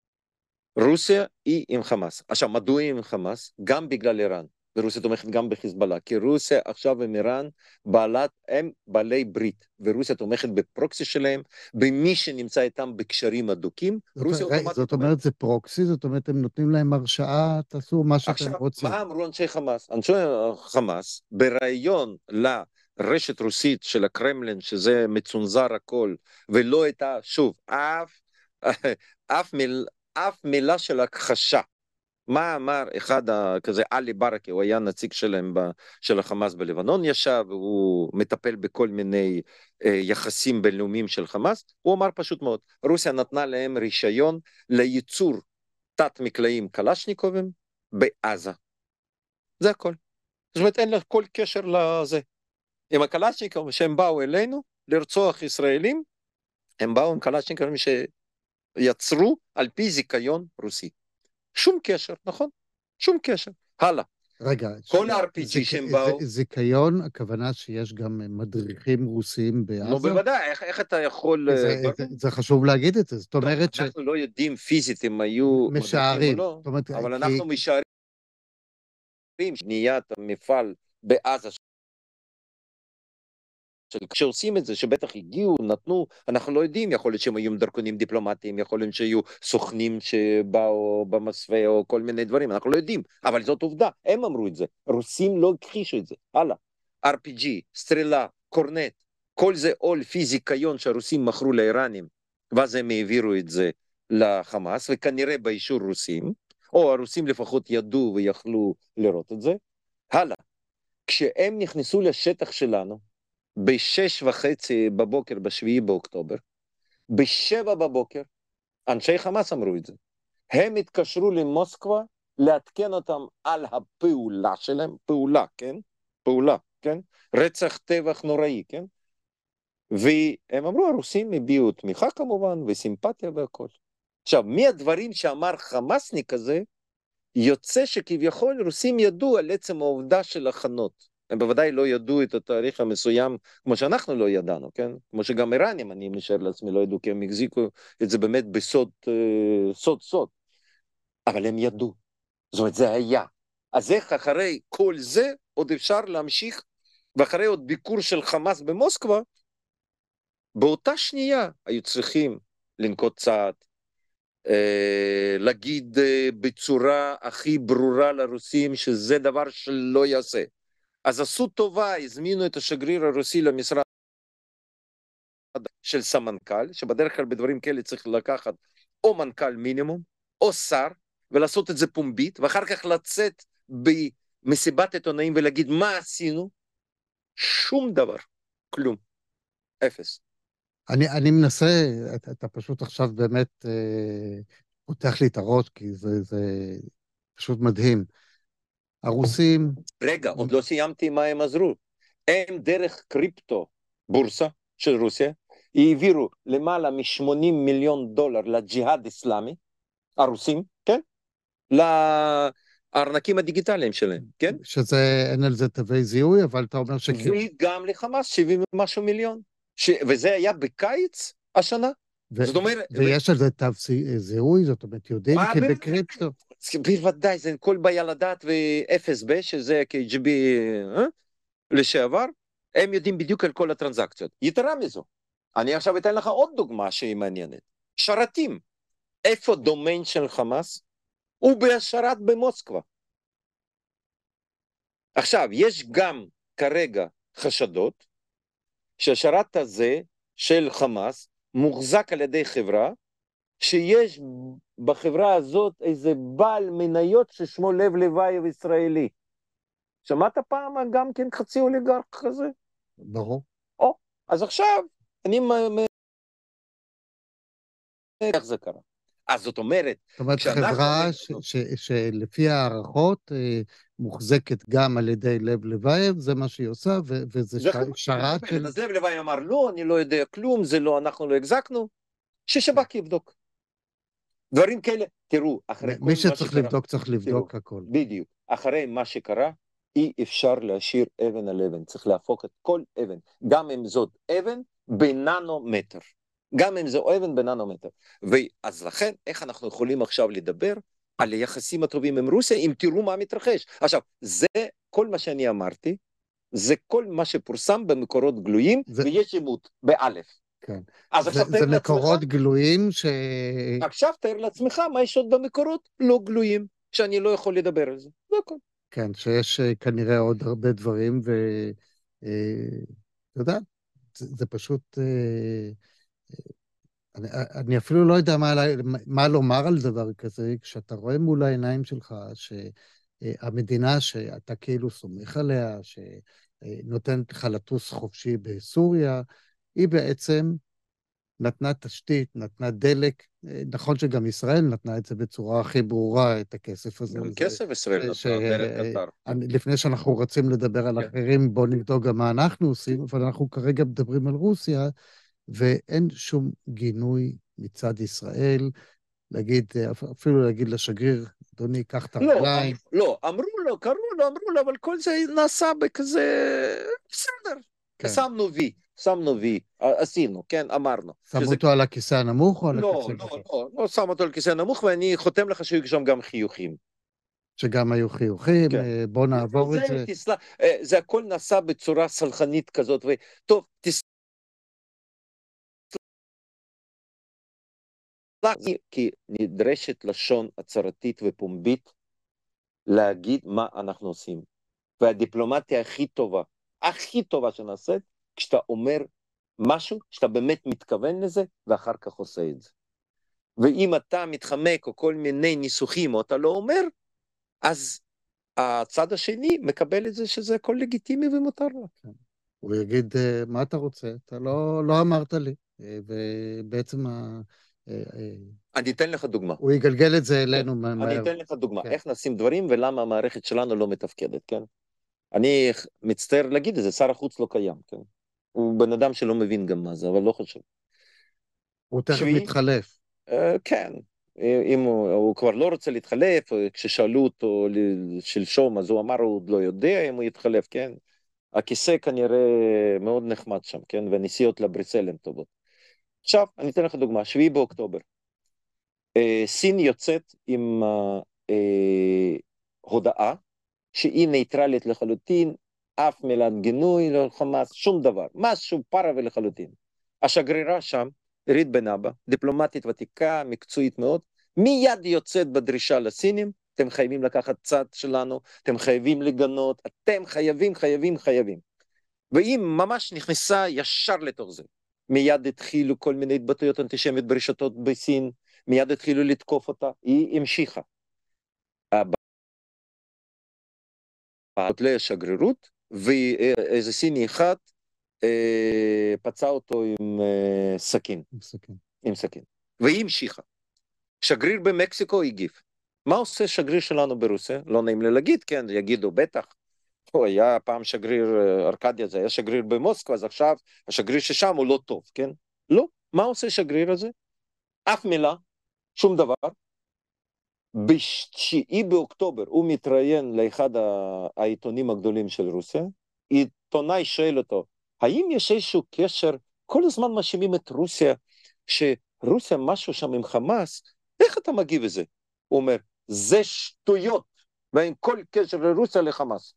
רוסיה היא עם חמאס. עכשיו, מדוע היא עם חמאס? גם בגלל איראן. ורוסיה תומכת גם בחיזבאללה, כי רוסיה עכשיו עם איראן בעלת, הם בעלי ברית, ורוסיה תומכת בפרוקסי שלהם, במי שנמצא איתם בקשרים הדוקים, רוסיה אוטומטית... זאת אומרת, זה פרוקסי, זאת אומרת, הם נותנים להם הרשאה, תעשו מה שאתם רוצים. עכשיו, מה אמרו אנשי חמאס? אנשי חמאס, ברעיון לרשת רוסית של הקרמלין, שזה מצונזר הכל, ולא הייתה, שוב, אף, אף, מיל, אף מילה של הכחשה. מה אמר אחד כזה, עלי ברקה, הוא היה נציג שלהם ב, של החמאס בלבנון ישב, והוא מטפל בכל מיני אה, יחסים בינלאומיים של חמאס, הוא אמר פשוט מאוד, רוסיה נתנה להם רישיון לייצור תת מקלעים קלשניקובים בעזה. זה הכל. זאת אומרת, אין לה כל קשר לזה. עם הקלשניקובים שהם באו אלינו לרצוח ישראלים, הם באו עם קלשניקובים שיצרו על פי זיכיון רוסי. שום קשר, נכון? שום קשר. הלאה. רגע, כל ה-אר פי ג'י שהם באו... זיכיון, הכוונה שיש גם מדריכים רוסים בעזה? נו, בוודאי, איך, איך אתה יכול... זה, זה, זה חשוב להגיד את זה, זאת אומרת ש... אנחנו לא יודעים פיזית אם היו משערים, מדריכים או לא, אומרת, אבל כי... אנחנו משערים בניית המפעל בעזה, כשעושים את זה, שבטח הגיעו, נתנו, אנחנו לא יודעים, יכול להיות שהם היו דרכונים דיפלומטיים, יכול להיות שהיו סוכנים שבאו במסווה או כל מיני דברים, אנחנו לא יודעים, אבל זאת עובדה, הם אמרו את זה, רוסים לא הכחישו את זה, הלאה, אר פי ג'י, סטרלה, קורנט, כל זה עול פיזיקיון שהרוסים מכרו לאיראנים, ואז הם העבירו את זה לחמאס, וכנראה באישור רוסים, או הרוסים לפחות ידעו ויכלו לראות את זה, הלאה, כשהם נכנסו לשטח שלנו, בשש וחצי בבוקר, בשביעי באוקטובר, בשבע בבוקר, אנשי חמאס אמרו את זה, הם התקשרו למוסקבה, לעדכן אותם על הפעולה שלהם, פעולה, כן? פעולה, כן? רצח טבח נוראי, כן? והם אמרו, הרוסים הביעו תמיכה כמובן, וסימפתיה והכל. עכשיו, מהדברים שאמר חמאסניק הזה, יוצא שכביכול רוסים ידעו על עצם העובדה של הכנות. הם בוודאי לא ידעו את התאריך המסוים, כמו שאנחנו לא ידענו, כן? כמו שגם איראנים, אני משער לעצמי, לא ידעו, כי הם החזיקו את זה באמת בסוד, סוד סוד. אבל הם ידעו. זאת אומרת, זה היה. אז איך אחרי כל זה, עוד אפשר להמשיך, ואחרי עוד ביקור של חמאס במוסקבה, באותה שנייה היו צריכים לנקוט צעד, להגיד בצורה הכי ברורה לרוסים, שזה דבר שלא יעשה. אז עשו טובה, הזמינו את השגריר הרוסי למשרד של סמנכ"ל, שבדרך כלל בדברים כאלה צריך לקחת או מנכ"ל מינימום, או שר, ולעשות את זה פומבית, ואחר כך לצאת במסיבת עיתונאים ולהגיד מה עשינו, שום דבר, כלום, אפס. אני, אני מנסה, אתה, אתה פשוט עכשיו באמת אה, פותח לי את הראש, כי זה, זה פשוט מדהים. הרוסים... רגע, עוד לא סיימתי מה הם עזרו. הם דרך קריפטו, בורסה של רוסיה, העבירו למעלה מ-שמונים מיליון דולר לג'יהאד אסלאמי, הרוסים, כן? לארנקים הדיגיטליים שלהם, כן? שזה, אין על זה תווי זיהוי, אבל אתה אומר שכן. וגם לחמאס שבעים ומשהו מיליון, ש... וזה היה בקיץ השנה. ו- זאת אומרת... ויש ו... על זה תו זיהוי, זאת אומרת, יודעים כי בקריפטו. בוודאי, זה כל בעיה לדעת ו-אף אס בי, שזה קי ג'י בי אה? לשעבר, הם יודעים בדיוק על כל הטרנזקציות. יתרה מזו, אני עכשיו אתן לך עוד דוגמה שהיא מעניינת. שרתים. איפה דומיין של חמאס? הוא בהשרת במוסקבה. עכשיו, יש גם כרגע חשדות שהשרת הזה של חמאס מוחזק על ידי חברה, שיש בחברה הזאת איזה בעל מניות ששמו לב לבייב ישראלי. שמעת פעם גם כן חצי אוליגרך כזה? ברור. או, אז עכשיו אני... איך זה קרה? אז זאת אומרת... זאת אומרת, חברה ש- ש- שלפי הערכות אה, מוחזקת גם על ידי לב לבייב, זה מה שהיא עושה, ו- וזה ש- שרת של... אז לב לבייב אמר, לא, אני לא יודע כלום, זה לא, אנחנו לא החזקנו, ששב"כ יבדוק. דברים כאלה, תראו, אחרי כל מה שקרה... מי שצריך לבדוק צריך לבדוק הכל. בדיוק. אחרי מה שקרה, אי אפשר להשאיר אבן על אבן, צריך להפוך את כל אבן, גם אם זאת אבן בננומטר. גם אם זו אבן בננומטר. ואז לכן, איך אנחנו יכולים עכשיו לדבר על היחסים הטובים עם רוסיה, אם תראו מה מתרחש. עכשיו, זה כל מה שאני אמרתי, זה כל מה שפורסם במקורות גלויים, זה... ויש עימות, באלף. כן. אז זה, עכשיו זה תאר מקורות לעצמך, גלויים ש... עכשיו תאר לעצמך מה יש עוד במקורות לא גלויים, שאני לא יכול לדבר על זה. זה הכל. כן, שיש כנראה עוד הרבה דברים, ואתה יודע, זה, זה פשוט... אני, אני אפילו לא יודע מה, מה לומר על דבר כזה, כשאתה רואה מול העיניים שלך שהמדינה שאתה כאילו סומך עליה, שנותנת לך לטוס חופשי בסוריה, היא בעצם נתנה תשתית, נתנה דלק. נכון שגם ישראל נתנה את זה בצורה הכי ברורה, את הכסף הזה. גם כסף ישראל ש... נתנה דרך קטר. לפני שאנחנו רצים לדבר על אחרים, בואו נבדוק גם מה אנחנו עושים, אבל אנחנו כרגע מדברים על רוסיה, ואין שום גינוי מצד ישראל, להגיד, אפילו להגיד לשגריר, אדוני, קח את הרגליים. לא, אמרו לו, קראו לו, אמרו לו, אבל כל זה נעשה בכזה, בסדר. שמנו וי, שמנו וי, עשינו, כן, אמרנו. שמו אותו על הכיסא הנמוך או על הכיסא? לא, לא, לא, לא שם אותו על הכיסא הנמוך, ואני חותם לך שיהיו שם גם חיוכים. שגם היו חיוכים, בוא נעבור את זה. זה הכל נעשה בצורה סלחנית כזאת, וטוב, תסלח. כי נדרשת לשון הצהרתית ופומבית להגיד מה אנחנו עושים. והדיפלומטיה הכי טובה, הכי טובה שנעשית, כשאתה אומר משהו, שאתה באמת מתכוון לזה, ואחר כך עושה את זה. ואם אתה מתחמק או כל מיני ניסוחים, או אתה לא אומר, אז הצד השני מקבל את זה שזה הכל לגיטימי ומותר לו. הוא יגיד, מה אתה רוצה? אתה לא, לא אמרת לי. ובעצם ה... אני אתן לך דוגמה. הוא יגלגל את זה אלינו מהר. אני אתן לך דוגמה. איך נשים דברים ולמה המערכת שלנו לא מתפקדת, כן? אני מצטער להגיד את זה, שר החוץ לא קיים, כן? הוא בן אדם שלא מבין גם מה זה, אבל לא חושב. הוא תכף מתחלף. כן. אם הוא, הוא כבר לא רוצה להתחלף, כששאלו אותו שלשום, אז הוא אמר, הוא עוד לא יודע אם הוא יתחלף, כן? הכיסא כנראה מאוד נחמד שם, כן? והנסיעות לבריסל הן טובות. עכשיו, אני אתן לך דוגמה, שביעי באוקטובר. סין יוצאת עם הודעה שהיא נייטרלית לחלוטין, אף מילת גינוי לחמאס, שום דבר, משהו פרה ולחלוטין. השגרירה שם, עירית בן אבא, דיפלומטית ותיקה, מקצועית מאוד, מיד יוצאת בדרישה לסינים, אתם חייבים לקחת צד שלנו, אתם חייבים לגנות, אתם חייבים, חייבים, חייבים. והיא ממש נכנסה ישר לתוך זה. מיד התחילו כל מיני התבטאויות אנטישמיות ברשתות בסין, מיד התחילו לתקוף אותה, היא המשיכה. הבאה לשגרירות, ואיזה סיני אחד אה, פצע אותו עם אה, סכין. עם סכין. עם סכין. והיא המשיכה. שגריר במקסיקו הגיב. מה עושה שגריר שלנו ברוסיה? לא נעים לי להגיד, כן, יגידו בטח. הוא היה פעם שגריר, ארקדי הזה, היה שגריר במוסקבה, אז עכשיו השגריר ששם הוא לא טוב, כן? לא, מה עושה שגריר הזה? אף מילה, שום דבר. בשביעי באוקטובר הוא מתראיין לאחד העיתונים הגדולים של רוסיה, עיתונאי שואל אותו, האם יש איזשהו קשר, כל הזמן מאשימים את רוסיה, שרוסיה משהו שם עם חמאס, איך אתה מגיב לזה? הוא אומר, זה שטויות, ואין כל קשר לרוסיה לחמאס.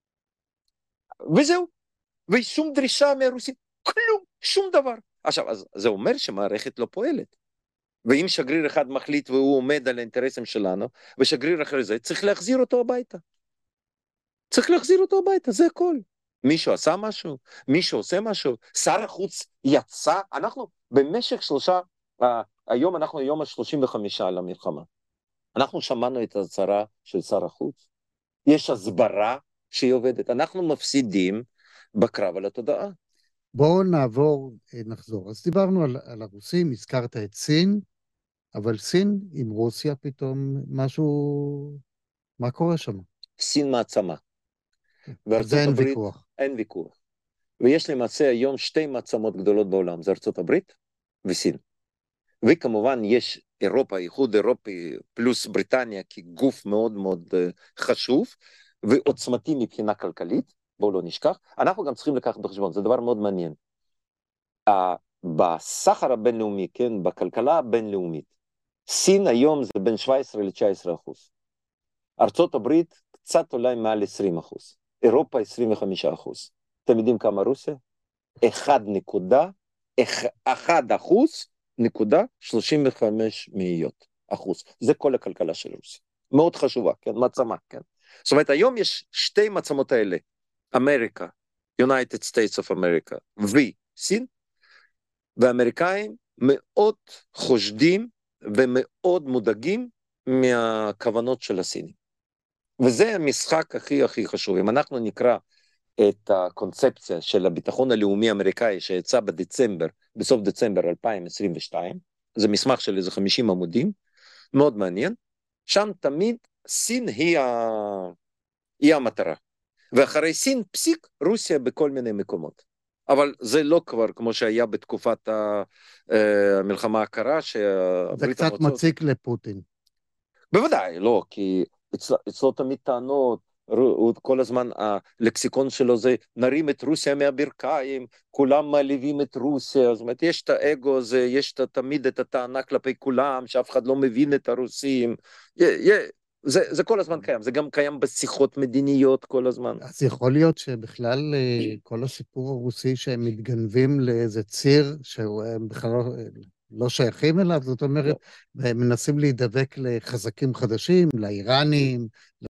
וזהו, ושום דרישה מהרוסים, כלום, שום דבר. עכשיו, אז זה אומר שמערכת לא פועלת. ואם שגריר אחד מחליט והוא עומד על האינטרסים שלנו, ושגריר אחרי זה, צריך להחזיר אותו הביתה. צריך להחזיר אותו הביתה, זה הכל. מישהו עשה משהו? מישהו עושה משהו? שר החוץ יצא? אנחנו במשך שלושה, uh, היום אנחנו יום ה-שלושים וחמישה על המלחמה. אנחנו שמענו את ההצהרה של שר החוץ. יש הסברה שהיא עובדת. אנחנו מפסידים בקרב על התודעה. בואו נעבור, נחזור. אז דיברנו על, על הרוסים, הזכרת את סין, אבל סין עם רוסיה פתאום משהו, מה קורה שם? סין מעצמה. זה אין הברית, ויכוח. אין ויכוח. ויש למעשה היום שתי מעצמות גדולות בעולם, זה ארצות הברית וסין. וכמובן יש אירופה, איחוד אירופי פלוס בריטניה כגוף מאוד מאוד חשוב ועוצמתי מבחינה כלכלית, בואו לא נשכח. אנחנו גם צריכים לקחת בחשבון, זה דבר מאוד מעניין. בסחר הבינלאומי, כן, בכלכלה הבינלאומית, סין היום זה בין שבע עשרה ל-תשע עשרה אחוז. ארצות הברית קצת אולי מעל עשרים אחוז. אירופה עשרים וחמישה אחוז. אתם יודעים כמה רוסיה? אחד נקודה אחד אחוז נקודה שלושים וחמש מאיות אחוז. זה כל הכלכלה של רוסיה. מאוד חשובה, כן? מעצמה, כן? זאת אומרת, היום יש שתי מעצמות האלה. אמריקה, United States of America, וסין, והאמריקאים מאוד חושדים ומאוד מודאגים מהכוונות של הסינים. וזה המשחק הכי הכי חשוב. אם אנחנו נקרא את הקונספציה של הביטחון הלאומי האמריקאי שיצא בדצמבר, בסוף דצמבר אלפיים עשרים ושתיים, זה מסמך של איזה חמישים עמודים, מאוד מעניין, שם תמיד סין היא, ה... היא המטרה. ואחרי סין פסיק רוסיה בכל מיני מקומות. אבל זה לא כבר כמו שהיה בתקופת המלחמה הקרה. זה קצת המוצאות... מציק לפוטין. בוודאי, לא, כי אצלו, אצלו תמיד טענות, כל הזמן הלקסיקון שלו זה נרים את רוסיה מהברכיים, כולם מעליבים את רוסיה, זאת אומרת יש את האגו הזה, יש את, תמיד את הטענה כלפי כולם, שאף אחד לא מבין את הרוסים, זה, זה כל הזמן קיים, זה גם קיים בשיחות מדיניות כל הזמן. אז יכול להיות שבכלל כל הסיפור הרוסי שהם מתגנבים לאיזה ציר שהם בכלל לא, לא שייכים אליו, זאת אומרת, לא. והם מנסים להידבק לחזקים חדשים, לאיראנים,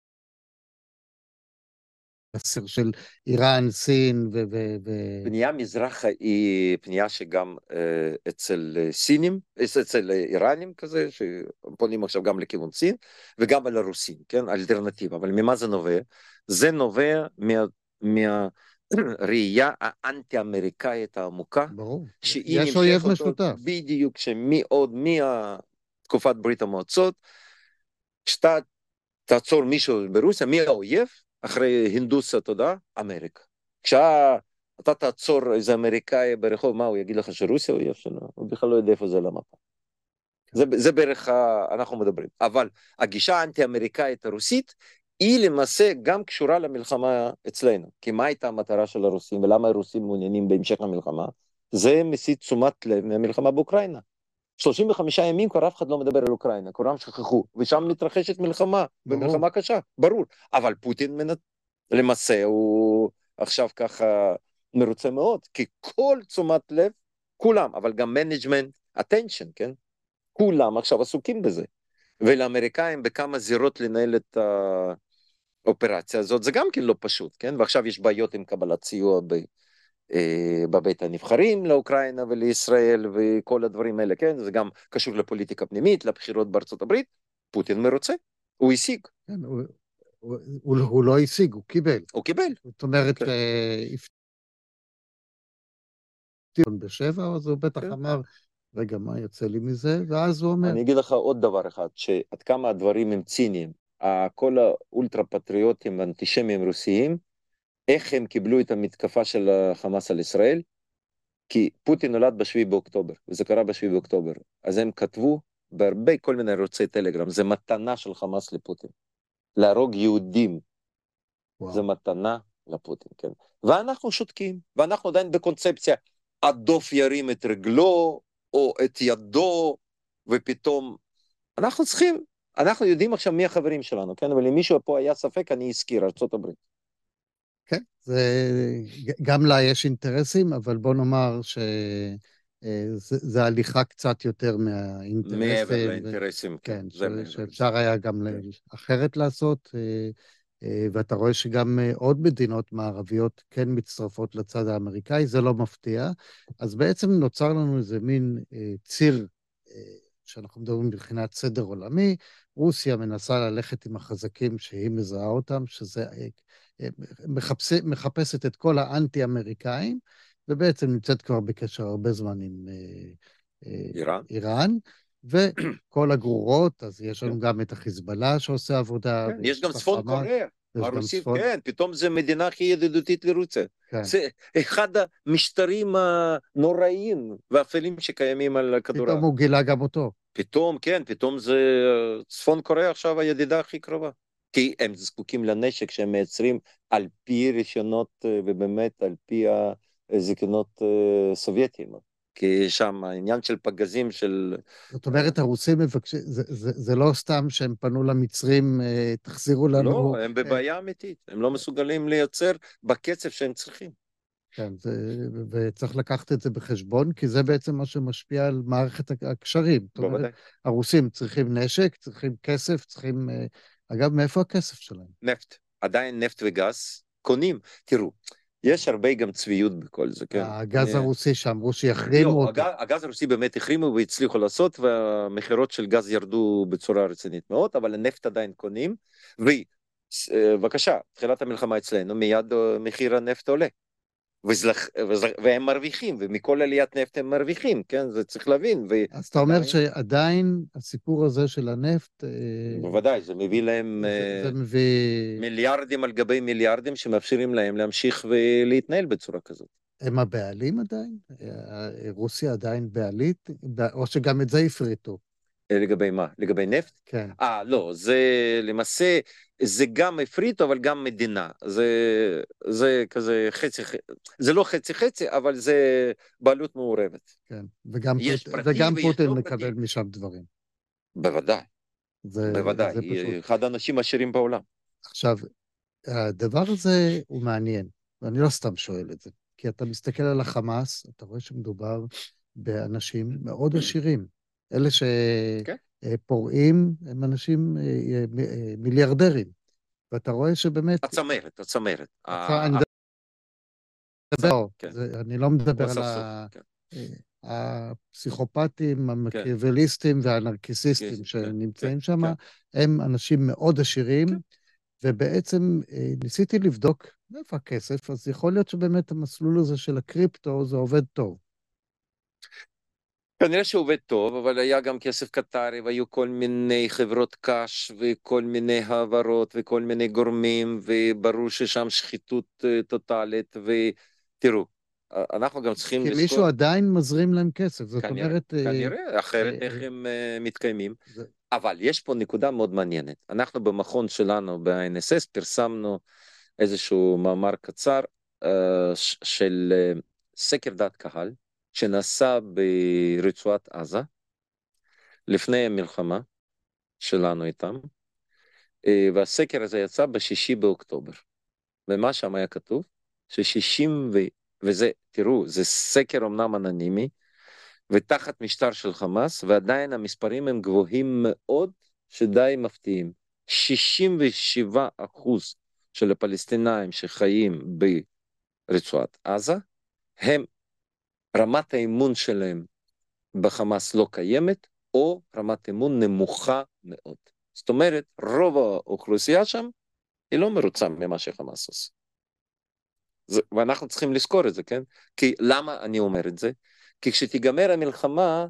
לסיר של איראן, סין ו... ו, ו... פנייה מזרחה היא פנייה שגם אה, אצל סינים, אצל איראנים כזה, שפונים עכשיו גם לכיוון סין, וגם על הרוסים, כן, אלטרנטיבה. אבל ממה זה נובע? זה נובע מה... מה... ראייה האנטי-אמריקאית העמוקה, ברור, יש אויב משותף. בדיוק, שמעוד, מתקופת ברית המועצות, כשאתה תעצור מישהו ברוסיה, מי האויב? אחרי הינדוס התודעה, אמריקה. כשאתה תעצור איזה אמריקאי ברחוב, מה הוא יגיד לך שרוסיה אויב שלו? הוא בכלל לא יודע איפה זה למפה. זה, זה בערך אנחנו מדברים. אבל הגישה האנטי-אמריקאית הרוסית, היא למעשה גם קשורה למלחמה אצלנו. כי מה הייתה המטרה של הרוסים, ולמה הרוסים מעוניינים בהמשך המלחמה? זה מסית תשומת לב מהמלחמה באוקראינה. שלושים וחמישה ימים כבר אף אחד לא מדבר על אוקראינה, כולם שכחו, ושם מתרחשת מלחמה, ומלחמה קשה, ברור. אבל פוטין מנת... למעשה הוא עכשיו ככה מרוצה מאוד, כי כל תשומת לב, כולם, אבל גם מנג'מנט, attention, כן? כולם עכשיו עסוקים בזה. ולאמריקאים בכמה זירות לנהל את האופרציה הזאת, זה גם כן לא פשוט, כן? ועכשיו יש בעיות עם קבלת סיוע ב... בבית הנבחרים לאוקראינה ולישראל וכל הדברים האלה, כן? זה גם קשור לפוליטיקה פנימית, לבחירות בארצות הברית. פוטין מרוצה, הוא השיג. כן, הוא, הוא, הוא, הוא לא השיג, הוא קיבל. הוא קיבל. זאת אומרת, כן. הפתיעון בשבע, אז הוא בטח כן. אמר, רגע, מה יוצא לי מזה? ואז הוא אומר... אני אגיד לך עוד דבר אחד, שעד כמה הדברים הם ציניים, כל האולטרה פטריוטים ואנטישמיים רוסיים, איך הם קיבלו את המתקפה של החמאס על ישראל? כי פוטין נולד בשביעי באוקטובר, וזה קרה בשביעי באוקטובר. אז הם כתבו בהרבה כל מיני ערוצי טלגרם, זה מתנה של חמאס לפוטין. להרוג יהודים, זה וואו. מתנה לפוטין, כן. ואנחנו שותקים, ואנחנו עדיין בקונספציה, הדוף ירים את רגלו, או את ידו, ופתאום, אנחנו צריכים, אנחנו יודעים עכשיו מי החברים שלנו, כן? אבל אם מישהו פה היה ספק, אני אזכיר, ארצות הברית. כן, זה, גם לה יש אינטרסים, אבל בוא נאמר שזה הליכה קצת יותר מעבר מהאינטרסים, ו- לאינטרסים, כן, כן, ש, זה מעבר לזה. שאפשר היה גם כן. ל- אחרת לעשות, אה, אה, ואתה רואה שגם אה, עוד מדינות מערביות כן מצטרפות לצד האמריקאי, זה לא מפתיע. אז בעצם נוצר לנו איזה מין אה, ציר, אה, שאנחנו מדברים מבחינת סדר עולמי, רוסיה מנסה ללכת עם החזקים שהיא מזהה אותם, שזה אה, מחפש, מחפשת את כל האנטי-אמריקאים, ובעצם נמצאת כבר בקשר הרבה זמן עם אה, אה, איראן? איראן, וכל הגרורות, אז יש כן. לנו גם את החיזבאללה שעושה עבודה, כן, יש ויש גם את צפון החמאס, קוריאה, ויש גם הרוסית, צפון, כן, פתאום זה מדינה הכי ידידותית לרוסיה. כן. זה אחד המשטרים הנוראים והאפלים שקיימים על כדור פתאום הארץ. הוא גילה גם אותו. פתאום, כן, פתאום זה צפון קוריאה עכשיו הידידה הכי קרובה. כי הם זקוקים לנשק שהם מייצרים על פי רישיונות ובאמת על פי הזיכיונות סובייטיים. כי שם העניין של פגזים של... זאת אומרת, הרוסים מבקשים, זה, זה, זה לא סתם שהם פנו למצרים, אה, תחזירו לא, לנו, הם אה, בבעיה אמיתית, הם לא מסוגלים לייצר בקצב שהם צריכים. כן, זה, וצריך לקחת את זה בחשבון, כי זה בעצם מה שמשפיע על מערכת הקשרים. זאת אומרת, בוודאי. הרוסים צריכים נשק, צריכים כסף, צריכים... אה, אגב, מאיפה הכסף שלהם? נפט, עדיין נפט וגז קונים. תראו, יש הרבה גם צביעות בכל זה, כן. הגז אני... הרוסי שאמרו שיחרימו לא, אותו. הגז, הגז הרוסי באמת החרימו והצליחו לעשות, והמחירות של גז ירדו בצורה רצינית מאוד, אבל הנפט עדיין קונים, ובבקשה, תחילת המלחמה אצלנו, מיד מחיר הנפט עולה. וזלח, וזלח, והם מרוויחים, ומכל עליית נפט הם מרוויחים, כן? זה צריך להבין, אז אתה אומר ועדיין, שעדיין הסיפור הזה של הנפט, אה, בוודאי, זה מביא להם זה, זה אה, מביא... מיליארדים על גבי מיליארדים שמאפשרים להם להמשיך ולהתנהל בצורה כזאת. הם הבעלים עדיין? אה, רוסיה עדיין בעלית? או שגם את זה הפריטו? אה, לגבי מה? לגבי נפט? כן. אה, לא, זה למעשה, זה גם הפריטו, אבל גם מדינה. זה, זה כזה חצי, זה לא חצי חצי, אבל זה בעלות מעורבת. כן, וגם, יש פוט... פרטי וגם ויש פוטין לא מקבל פרטי. משם דברים. בוודאי, זה, זה פשוט. בוודאי, אחד האנשים העשירים בעולם. עכשיו, הדבר הזה הוא מעניין, ואני לא סתם שואל את זה, כי אתה מסתכל על החמאס, אתה רואה שמדובר באנשים מאוד עשירים. אלה כן? שפורעים הם אנשים אה, אה, מיליארדרים, ואתה רואה שבאמת, הצמרת, הצמרת. אתה, אני מדבר, כן, זה, אני לא מדבר על בספסוף, ה... כן, הפסיכופטים, כן, המקיאווליסטים כן, והנרקיסיסטים כן, שנמצאים כן, שם, כן. הם אנשים מאוד כן. עשירים, ובעצם אה, ניסיתי לבדוק מאיפה הכסף, אז יכול להיות שבאמת המסלול הזה של הקריפטו זה עובד טוב. כנראה שעובד טוב, אבל היה גם כסף קטרי, והיו כל מיני חברות קש, וכל מיני העברות, וכל מיני גורמים, וברור ששם שחיתות אה, טוטאלית, ותראו, אה, אנחנו גם צריכים כי לזכור, מישהו עדיין מזרים להם כסף, זאת כנראה, אומרת, אה, כנראה, אחרת אה, איך הם אה, מתקיימים. זה, אבל יש פה נקודה מאוד מעניינת. אנחנו במכון שלנו ב-איי אן אס אס פרסמנו איזשהו מאמר קצר אה, ש- של אה, סקר דעת קהל שנעשה ברצועת עזה לפני המלחמה שלנו איתם, אה, והסקר הזה יצא בשישי באוקטובר. ומה שם היה כתוב? ש-שישים ו... וזה, תראו, זה סקר אמנם אנונימי, ותחת משטר של חמאס, ועדיין המספרים הם גבוהים מאוד, שדי מפתיעים. שישים ושבעה אחוז של הפלסטינאים שחיים ברצועת עזה, הם, רמת האמון שלהם בחמאס לא קיימת, או רמת אמון נמוכה מאוד. זאת אומרת, רוב האוכלוסייה שם, היא לא מרוצה ממה שחמאס עושה. זה, ואנחנו צריכים לזכור את זה, כן? כי למה אני אומר את זה? כי כשתיגמר המלחמה,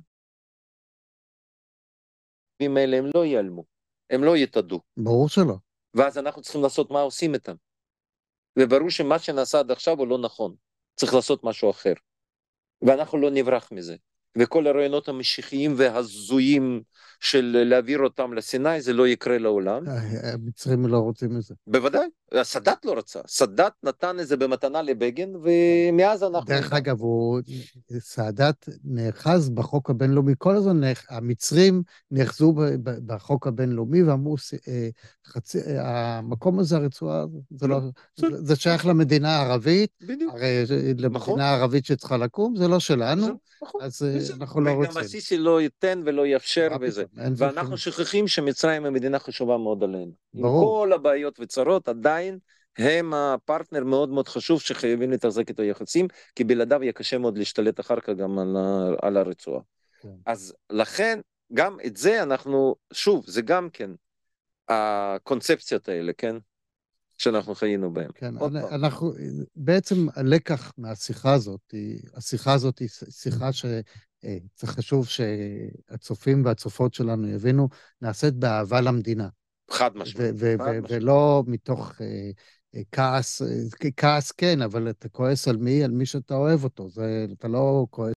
הדברים האלה הם לא ייעלמו, הם לא יתאדו. ברור שלא. ואז אנחנו צריכים לעשות מה עושים איתם. וברור שמה שנעשה עד עכשיו הוא לא נכון, צריך לעשות משהו אחר, ואנחנו לא נברח מזה. וכל הרעיונות המשיחיים והזויים של להעביר אותם לסיני, זה לא יקרה לעולם. המצרים לא רוצים את זה. בוודאי, סאדאת לא רצה, סאדאת נתן את זה במתנה לבגין, ומאז אנחנו... דרך אגב, הוא, סאדאת נאחז בחוק הבינלאומי, כל הזמן המצרים נאחזו בחוק הבינלאומי, ואמרו, חצי, המקום הזה, הרצועה, זה, לא, זה שייך למדינה הערבית, בדיוק. הרי למדינה הערבית שצריכה לקום, זה לא שלנו, אז אנחנו לא רוצים. וגם הסיסי לא ייתן ולא יאפשר וזה. ואנחנו שוכחים שמצרים היא מדינה חשובה מאוד עלינו. עם כל הבעיות וצרות, עדיין הם הפרטנר מאוד מאוד חשוב שחייבים לתחזק את היחסים, כי בלעדיו יהיה קשה מאוד להשתלט אחר כך גם על, על הרצועה. כן. אז לכן, גם את זה אנחנו, שוב, זה גם כן, הקונספציות האלה, כן? שאנחנו חיינו בהם. כן, אנחנו, בעצם הלקח מהשיחה הזאת, השיחה הזאת היא שיחה שזה חשוב שהצופים והצופות שלנו יבינו, נעשית באהבה למדינה. חד משמעית. ולא מתוך כעס, כעס כן, אבל אתה כועס על מי? על מי שאתה אוהב אותו, אתה לא כועס.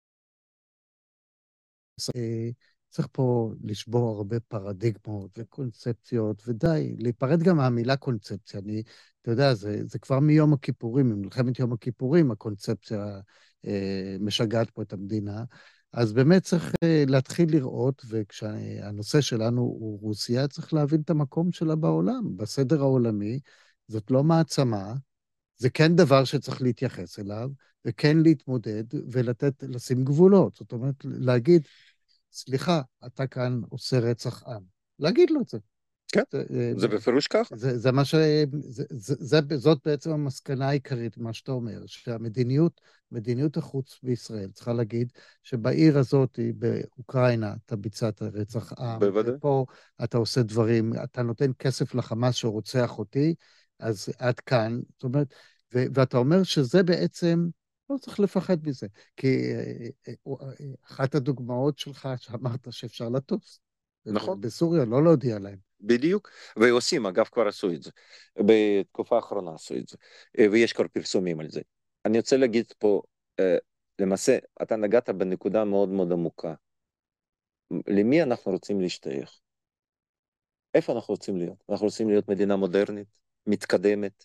צריך פה לשבור הרבה פרדיגמות וקונספציות, ודי, להיפרד גם מהמילה קונספציה. אני, אתה יודע, זה, זה כבר מיום הכיפורים, ממלחמת יום הכיפורים, הקונספציה אה, משגעת פה את המדינה. אז באמת צריך אה, להתחיל לראות, וכשהנושא שלנו הוא רוסיה, צריך להבין את המקום שלה בעולם, בסדר העולמי. זאת לא מעצמה, זה כן דבר שצריך להתייחס אליו, וכן להתמודד ולתת, לשים גבולות. זאת אומרת, להגיד, סליחה, אתה כאן עושה רצח עם. להגיד לו את זה. כן, זה, זה בפירוש ככה. זה, זה מה ש... זה, זה, זה, זאת בעצם המסקנה העיקרית, מה שאתה אומר, שהמדיניות, מדיניות החוץ בישראל, צריכה להגיד שבעיר הזאת, באוקראינה, אתה ביצעת רצח עם, בוודאי. ופה אתה עושה דברים, אתה נותן כסף לחמאס שרוצח אותי, אז עד כאן, זאת אומרת, ו, ואתה אומר שזה בעצם... לא צריך לפחד מזה, כי אחת הדוגמאות שלך שאמרת שאפשר לטוס. נכון. בסוריה, לא להודיע להם. בדיוק, ועושים, אגב, כבר עשו את זה. בתקופה האחרונה עשו את זה, ויש כבר פרסומים על זה. אני רוצה להגיד פה, למעשה, אתה נגעת בנקודה מאוד מאוד עמוקה. למי אנחנו רוצים להשתייך? איפה אנחנו רוצים להיות? אנחנו רוצים להיות מדינה מודרנית, מתקדמת,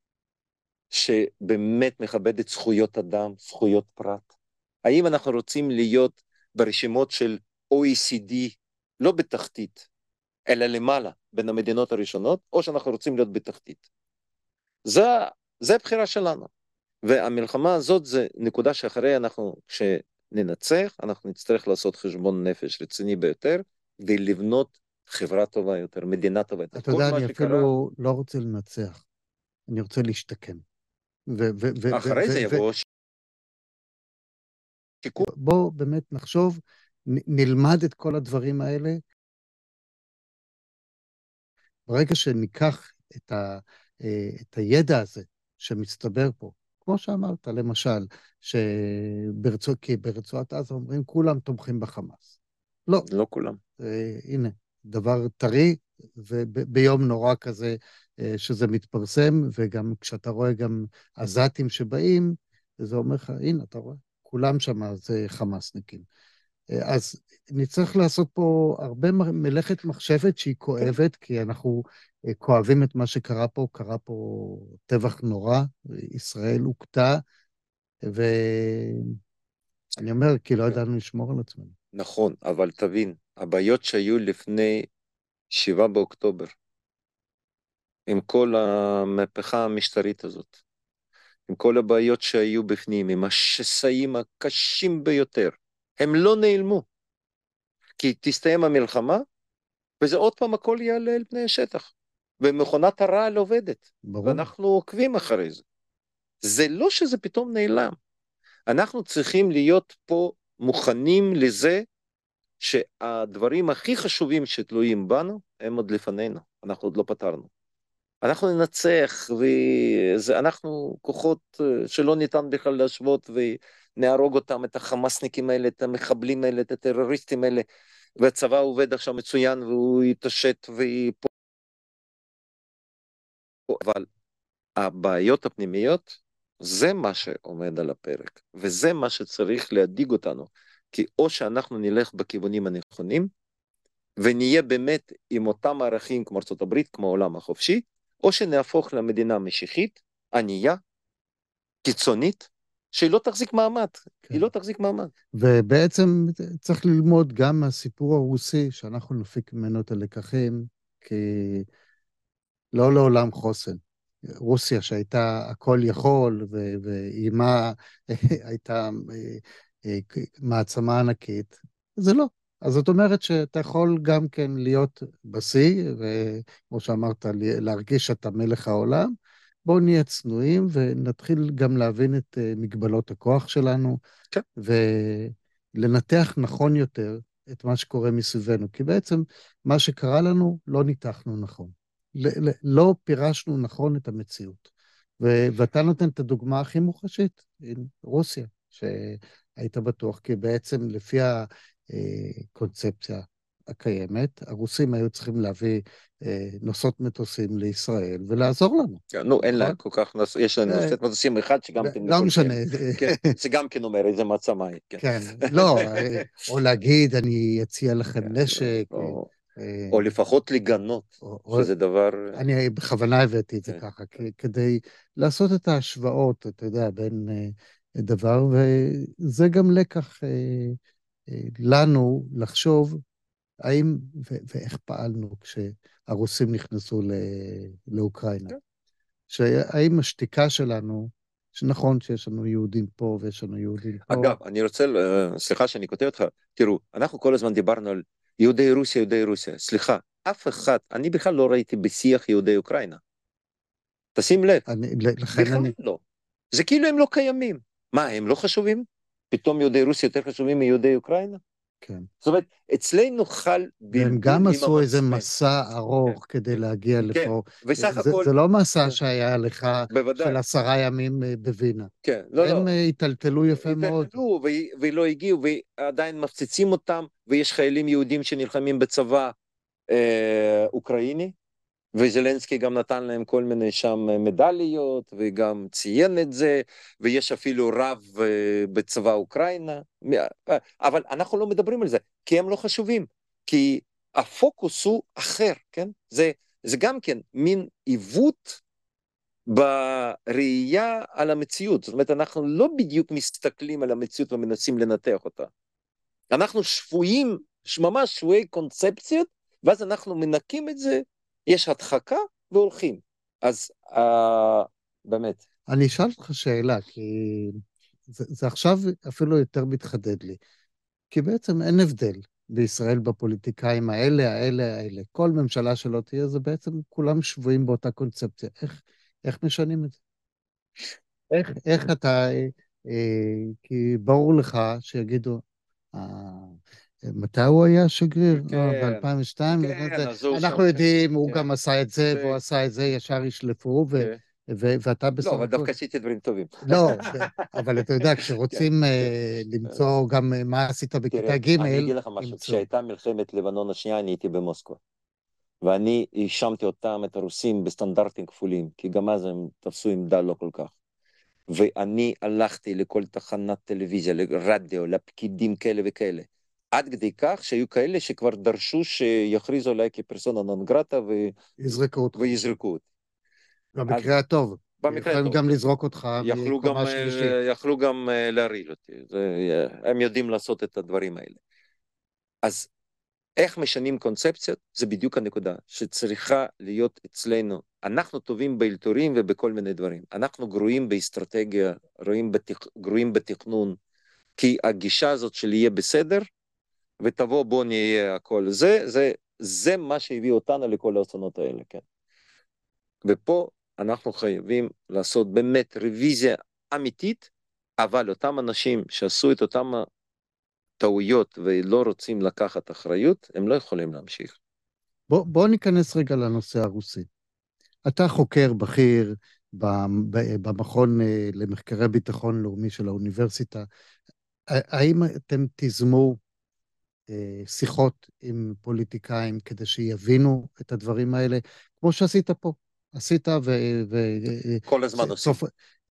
שבאמת מכבדת זכויות אדם, זכויות פרט. האם אנחנו רוצים להיות ברשימות של או אי סי די, לא בתחתית, אלא למעלה, בין המדינות הראשונות, או שאנחנו רוצים להיות בתחתית. זה, זה הבחירה שלנו. והמלחמה הזאת זה נקודה שאחרי אנחנו, כשננצח, אנחנו נצטרך לעשות חשבון נפש רציני ביותר, כדי לבנות חברה טובה יותר, מדינה טובה יותר. אתה יודע, אני אפילו לא רוצה לנצח, אני רוצה להשתקם. אחרי זה יבוא שיקום. בואו באמת נחשוב, נלמד את כל הדברים האלה. ברגע שניקח את, ה, את הידע הזה שמצטבר פה, כמו שאמרת, למשל, שברצוע, כי ברצועת עזה אומרים, כולם תומכים בחמאס. לא. לא כולם. הנה, דבר טרי, וביום נורא כזה שזה מתפרסם, וגם כשאתה רואה גם עזתים שבאים, זה אומר לך, הנה, אתה רואה, כולם שם זה חמאסניקים. אז נצטרך לעשות פה הרבה מלאכת מחשבת שהיא כואבת, כי אנחנו כואבים את מה שקרה פה, קרה פה טבח נורא, ישראל הוקטה, ואני אומר, כי לא ידענו לשמור על עצמנו. נכון, אבל תבין, הבעיות שהיו לפני שבעה באוקטובר, עם כל המהפכה המשטרית הזאת, עם כל הבעיות שהיו בפנים, עם השסעים הקשים ביותר, הם לא נעלמו. כי תסתיים המלחמה, וזה עוד פעם הכל יעלה אל פני השטח. ומכונת הרעל עובדת. ברור. ואנחנו עוקבים אחרי זה. זה לא שזה פתאום נעלם. אנחנו צריכים להיות פה מוכנים לזה, שהדברים הכי חשובים שתלויים בנו, הם עוד לפנינו. אנחנו עוד לא פתרנו. אנחנו ננצח, ואנחנו כוחות שלא ניתן בכלל להשוות, ונהרוג אותם, את החמאסניקים האלה, את המחבלים האלה, את הטרוריסטים האלה, והצבא עובד עכשיו מצוין, והוא יתעשת, ויפול. אבל הבעיות הפנימיות, זה מה שעומד על הפרק, וזה מה שצריך להדאיג אותנו, כי או שאנחנו נלך בכיוונים הנכונים, ונהיה באמת עם אותם ערכים כמו ארצות הברית, כמו העולם החופשי, או שנהפוך למדינה משיחית, ענייה, קיצונית, שהיא לא תחזיק מעמד, כן. היא לא תחזיק מעמד. ובעצם צריך ללמוד גם מהסיפור הרוסי, שאנחנו נפיק ממנו את הלקחים, כי לא לעולם חוסן. רוסיה שהייתה הכל יכול, ואימה הייתה אה, אה, מעצמה ענקית, זה לא. אז זאת אומרת שאתה יכול גם כן להיות בשיא, וכמו שאמרת, להרגיש שאתה מלך העולם. בואו נהיה צנועים ונתחיל גם להבין את אה, מגבלות הכוח שלנו, כן. ולנתח נכון יותר את מה שקורה מסביבנו, כי בעצם מה שקרה לנו לא ניתחנו נכון. ל- ל- לא פירשנו נכון את המציאות. ו- ואתה נותן את הדוגמה הכי מוחשית, עם רוסיה, שהיית בטוח, כי בעצם לפי הקונספציה הקיימת, הרוסים היו צריכים להביא אה, נוסעות מטוסים לישראל ולעזור לנו, כן, נו, אין להם נכון? כל כך, נוס- יש לנו אה, נושאת מטוסים אחד שגם כן לא משנה. מקולקל. כן, זה גם כן אומר איזה מעצמה היא, כן. כן, לא, אה, או להגיד, אני אציע לכם כן, נשק, או, אה, או לפחות לגנות, או, או, שזה דבר... אני בכוונה הבאתי את זה כן, ככה, כ- כדי לעשות את ההשוואות, אתה יודע, בין אה, דבר, וזה גם לקח אה, אה, לנו לחשוב האם ו- ואיך פעלנו כשהרוסים נכנסו ל- לאוקראינה. כן. שהאם השתיקה שלנו, שנכון שיש לנו יהודים פה ויש לנו יהודים פה, אגב, אני רוצה, אה, סליחה שאני כותב אותך, תראו, אנחנו כל הזמן דיברנו על יהודי רוסיה, יהודי רוסיה. סליחה, אף אחד, אני בכלל לא ראיתי בשיח יהודי אוקראינה. תשים לב, אני, לכן בכלל אני, לא. זה כאילו הם לא קיימים. מה, הם לא חשובים? פתאום יהודי רוסיה יותר חשובים מיהודי אוקראינה? כן. זאת אומרת, אצלנו חל והם בלבול גם עם עשו איזה המצפן. מסע כן, ארוך כדי כן, להגיע כן, לפה. וסך זה, הכל, זה לא מסע כן, שהיה לך בוודאי, של עשרה ימים אה, בווינה. כן, לא, הם לא, אה, היטלטלו יפה מאוד. התארגנו ו- ולא הגיעו, ועדיין מפציצים אותם, ויש חיילים יהודים שנלחמים בצבא אה, אוקראיני, וזלנסקי גם נתן להם כל מיני שם מדליות, וגם ציין את זה, ויש אפילו רב אה, בצבא אוקראינה, מ- אבל אנחנו לא מדברים על זה, כי הם לא חשובים, כי הפוקוס הוא אחר, כן? זה, זה גם כן מין עיוות בראייה על המציאות, זאת אומרת, אנחנו לא בדיוק מסתכלים על המציאות ומנסים לנתח אותה. אנחנו שבויים, ממש שבויי קונספציות, ואז אנחנו מנקים את זה, יש הדחקה והולכים. אז אה, באמת. אני אשאל אותך שאלה, כי זה, זה עכשיו אפילו יותר מתחדד לי. כי בעצם אין הבדל בישראל בפוליטיקאים האלה, האלה, האלה. כל ממשלה שלא תהיה, זה בעצם כולם שבויים באותה קונספציה. איך, איך משנים את זה? איך, איך אתה, אה, אה, כי ברור לך שיגידו, אה, מתי הוא היה שגריר? אה, כן, ב-אלפיים ושתיים? כן, אז הוא שם, אנחנו כן, יודעים, הוא כן, גם עשה את זה, והוא ו- עשה את זה, ישר ישלפו, ו, כן. ו, ואתה לא, בסך אבל הכל... דווקא עשיתי דברים טובים. לא, ב- אבל אתה יודע, כן, כשרוצים כן. אה, למצוא גם אה, מה עשית תראה, בכיתה ג', אני אגיד לך משהו, ימצאו. כשהייתה מלחמת לבנון השנייה, אני הייתי במוסקבה. ואני האשמתי אותם, את הרוסים, בסטנדרטים כפולים, כי גם אז הם תפסו עמדה לא כל כך. ואני הלכתי לכל תחנת טלוויזיה, לרדיו, לפקידים כאלה וכאלה. עד כדי כך שהיו כאלה שכבר דרשו שיכריזו עליי כפרסונה נון גרטה ו... יזרקו אותך. ויזרקו אותי. במקרה אז הטוב. במקרה יכולים הטוב, גם כן. לזרוק אותך יכלו מקומה גם, שלישית. יכלו גם להרעיל אותי. זה, הם יודעים לעשות את הדברים האלה. אז איך משנים קונספציות? זה בדיוק הנקודה שצריכה להיות אצלנו. אנחנו טובים באלתורים ובכל מיני דברים. אנחנו גרועים באסטרטגיה, גרועים, בתכ... גרועים בתכנון, כי הגישה הזאת של יהיה בסדר, ותבוא בוא נהיה הכל. זה, זה, זה מה שהביא אותנו לכל האסונות האלה, כן. ופה אנחנו חייבים לעשות באמת רוויזיה אמיתית, אבל אותם אנשים שעשו את אותם טעויות ולא רוצים לקחת אחריות, הם לא יכולים להמשיך. בוא, בוא ניכנס רגע לנושא הרוסי. אתה חוקר בכיר במכון אה, למחקרי ביטחון לאומי של האוניברסיטה. האם אתם תיזמו אה, שיחות עם פוליטיקאים כדי שיבינו את הדברים האלה, כמו שעשית פה? עשית ו... ו... כל הזמן עושים. סוף...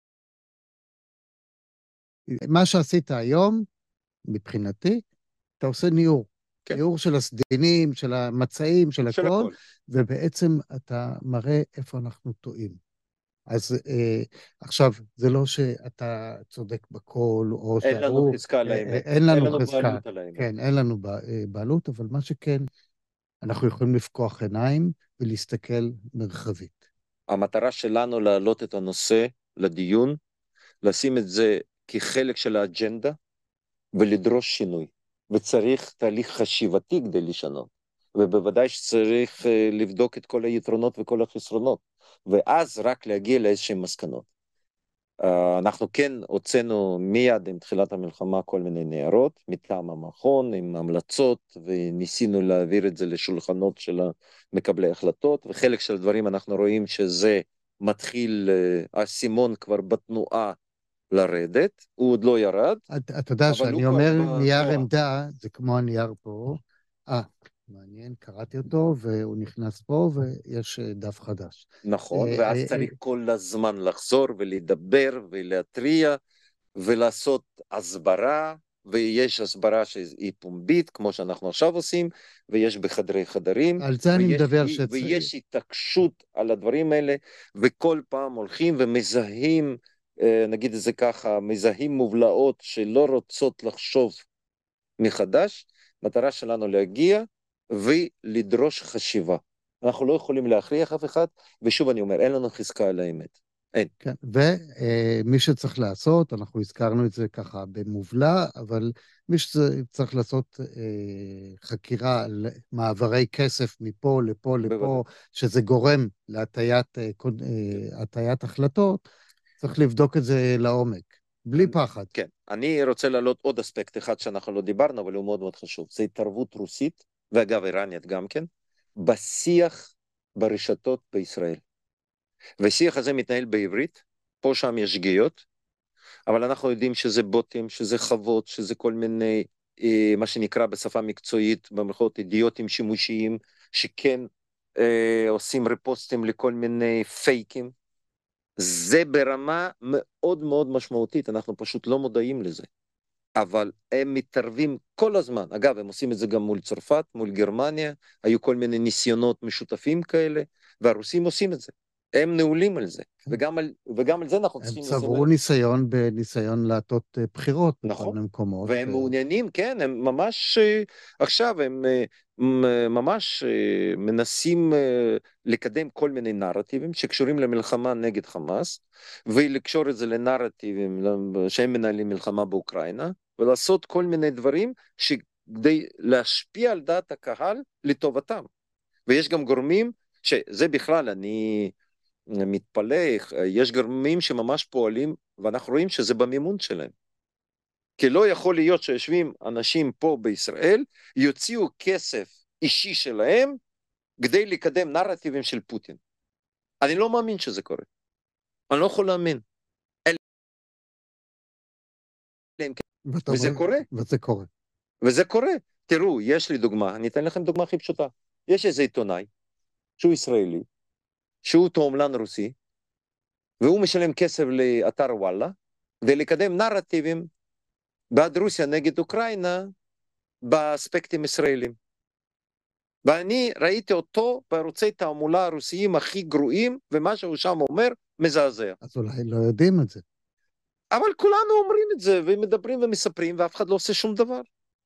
מה שעשית היום, מבחינתי, אתה עושה ניעור. כן. ניעור של הסדינים, של המצעים, של של הכל, הכל. ובעצם אתה מראה איפה אנחנו טועים. אז אה, עכשיו, זה לא שאתה צודק בכל, או אין לנו שהוא... חזקה על אה, האמת. אין לנו אין לנו חזקה. בעלות על האמת. כן, אין לנו בעלות, אבל מה שכן, אנחנו יכולים לפקוח עיניים ולהסתכל מרחבית. המטרה שלנו להעלות את הנושא לדיון, לשים את זה כחלק של האג'נדה, ולדרוש שינוי. וצריך תהליך חשיבתי כדי לשנות. ובוודאי שצריך לבדוק את כל היתרונות וכל החסרונות. ואז רק להגיע לאיזשהם מסקנות. אנחנו כן הוצאנו מיד עם תחילת המלחמה כל מיני ניירות, מטעם המכון, עם המלצות, וניסינו להעביר את זה לשולחנות של מקבלי החלטות, וחלק של הדברים אנחנו רואים שזה מתחיל, הסימון כבר בתנועה לרדת, הוא עוד לא ירד. אתה, אתה יודע שאני אומר נייר עמדה, זה כמו הנייר פה. אה, מעניין, קראתי אותו, והוא נכנס פה, ויש דף חדש. נכון, ואז צריך כל הזמן לחזור ולדבר ולהטריע, ולעשות הסברה, ויש הסברה שהיא פומבית, כמו שאנחנו עכשיו עושים, ויש בחדרי חדרים. על זה אני מדבר שצריך. ויש התעקשות על הדברים האלה, וכל פעם הולכים ומזהים, נגיד את זה ככה, מזהים מובלעות שלא רוצות לחשוב מחדש. מטרה שלנו להגיע ולדרוש חשיבה. אנחנו לא יכולים להכריח אף אחד, ושוב אני אומר, אין לנו חזקה על האמת. אין. כן, ומי שצריך לעשות, אנחנו הזכרנו את זה ככה במובלע, אבל מי שצריך לעשות אה, חקירה על מעברי כסף מפה לפה לפה, בוודא. שזה גורם להטיית אה, החלטות, צריך לבדוק את זה לעומק, בלי פחד. כן, אני רוצה להעלות עוד אספקט אחד שאנחנו לא דיברנו, אבל הוא מאוד מאוד חשוב. זה התערבות רוסית, ואגב איראנית גם כן, בשיח ברשתות בישראל. והשיח הזה מתנהל בעברית, פה שם יש שגיאות, אבל אנחנו יודעים שזה בוטים, שזה חוות, שזה כל מיני, אה, מה שנקרא בשפה מקצועית, במרכאות אידיוטים שימושיים, שכן אה, עושים רפוסטים לכל מיני פייקים. זה ברמה מאוד מאוד משמעותית, אנחנו פשוט לא מודעים לזה. אבל הם מתערבים כל הזמן. אגב, הם עושים את זה גם מול צרפת, מול גרמניה, היו כל מיני ניסיונות משותפים כאלה, והרוסים עושים את זה. הם נעולים על זה, וגם על, וגם על זה אנחנו צריכים... הם צברו ניסיון בניסיון לעטות בחירות בכל מיני מקומות. והם מעוניינים, כן, הם ממש, עכשיו הם ממש מנסים לקדם כל מיני נרטיבים שקשורים למלחמה נגד חמאס, ולקשור את זה לנרטיבים שהם מנהלים מלחמה באוקראינה, ולעשות כל מיני דברים שכדי להשפיע על דעת הקהל לטובתם. ויש גם גורמים שזה בכלל, אני מתפלא, יש גורמים שממש פועלים, ואנחנו רואים שזה במימון שלהם. כי לא יכול להיות שיושבים אנשים פה בישראל, יוציאו כסף אישי שלהם, כדי לקדם נרטיבים של פוטין. אני לא מאמין שזה קורה. אני לא יכול להאמין. וזה קורה. וזה קורה. וזה קורה. תראו, יש לי דוגמה, אני אתן לכם דוגמה הכי פשוטה. יש איזה עיתונאי, שהוא ישראלי, שהוא תועמלן רוסי, והוא משלם כסף לאתר וואלה, כדי לקדם נרטיבים בעד רוסיה נגד אוקראינה, באספקטים ישראלים. ואני ראיתי אותו בערוצי תעמולה הרוסיים הכי גרועים, ומה שהוא שם אומר, מזעזע. אז אולי לא יודעים את זה. אבל כולנו אומרים את זה, ומדברים ומספרים, ואף אחד לא עושה שום דבר.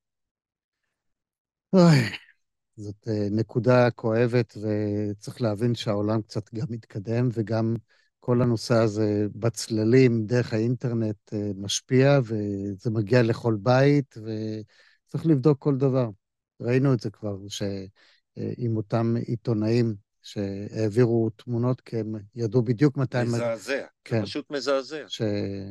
אוי, זאת נקודה כואבת, וצריך להבין שהעולם קצת גם מתקדם, וגם כל הנושא הזה בצללים, דרך האינטרנט משפיע, וזה מגיע לכל בית, וצריך לבדוק כל דבר. ראינו את זה כבר, שעם אותם עיתונאים שהעבירו תמונות, כי הם ידעו בדיוק מתי... מזעזע, כן. זה פשוט מזעזע. ש...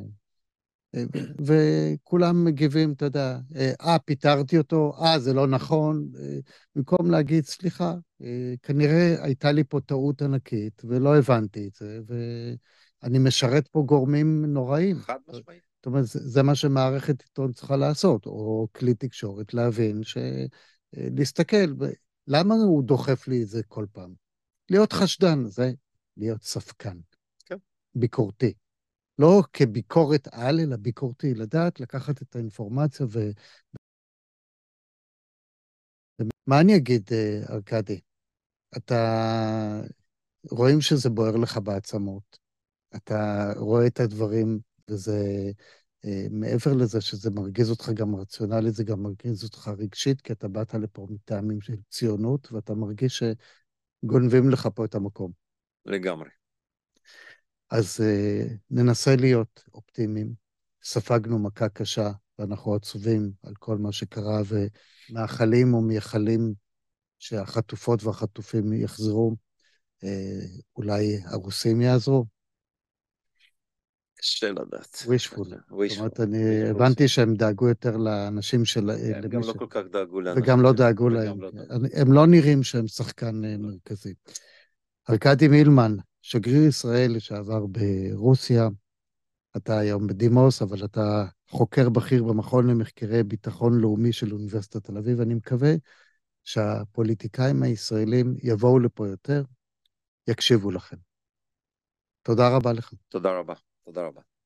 וכולם מגיבים, אתה יודע, אה, פיתרתי אותו, אה, זה לא נכון, במקום להגיד, סליחה, כנראה הייתה לי פה טעות ענקית, ולא הבנתי את זה, ואני משרת פה גורמים נוראים. חד משמעית. זאת אומרת, זה מה שמערכת עיתון צריכה לעשות, או כלי תקשורת, להבין, להסתכל, למה הוא דוחף לי את זה כל פעם? להיות חשדן, זה להיות ספקן. כן. ביקורתי. לא כביקורת על, אלא ביקורתי, לדעת, לקחת את האינפורמציה ו... מה אני אגיד, ארכדי? אתה רואים שזה בוער לך בעצמות. אתה רואה את הדברים, וזה, מעבר לזה שזה מרגיז אותך גם רציונלית, זה גם מרגיז אותך רגשית, כי אתה באת לפה מטעמים של ציונות, ואתה מרגיש שגונבים לך פה את המקום. לגמרי. אז ננסה להיות אופטימיים. ספגנו מכה קשה, ואנחנו עצובים על כל מה שקרה, ומאחלים ומייחלים שהחטופות והחטופים יחזרו. אולי הרוסים יעזרו. קשה לדעת. ווישפול. זאת אומרת, אני wishful. הבנתי שהם דאגו יותר לאנשים של... הם גם לא כל כך דאגו לאנשים. וגם לא דאגו להם. הם לא נראים שהם שחקן מרכזי. ארכדי מילמן, שגריר ישראל לשעבר ברוסיה, אתה היום בדימוס, אבל אתה חוקר בכיר במכון למחקרי ביטחון לאומי של אוניברסיטת תל אביב, ואני מקווה שהפוליטיקאים הישראלים יבואו לפה יותר, יקשיבו לכם. תודה רבה לך. תודה רבה. תודה רבה.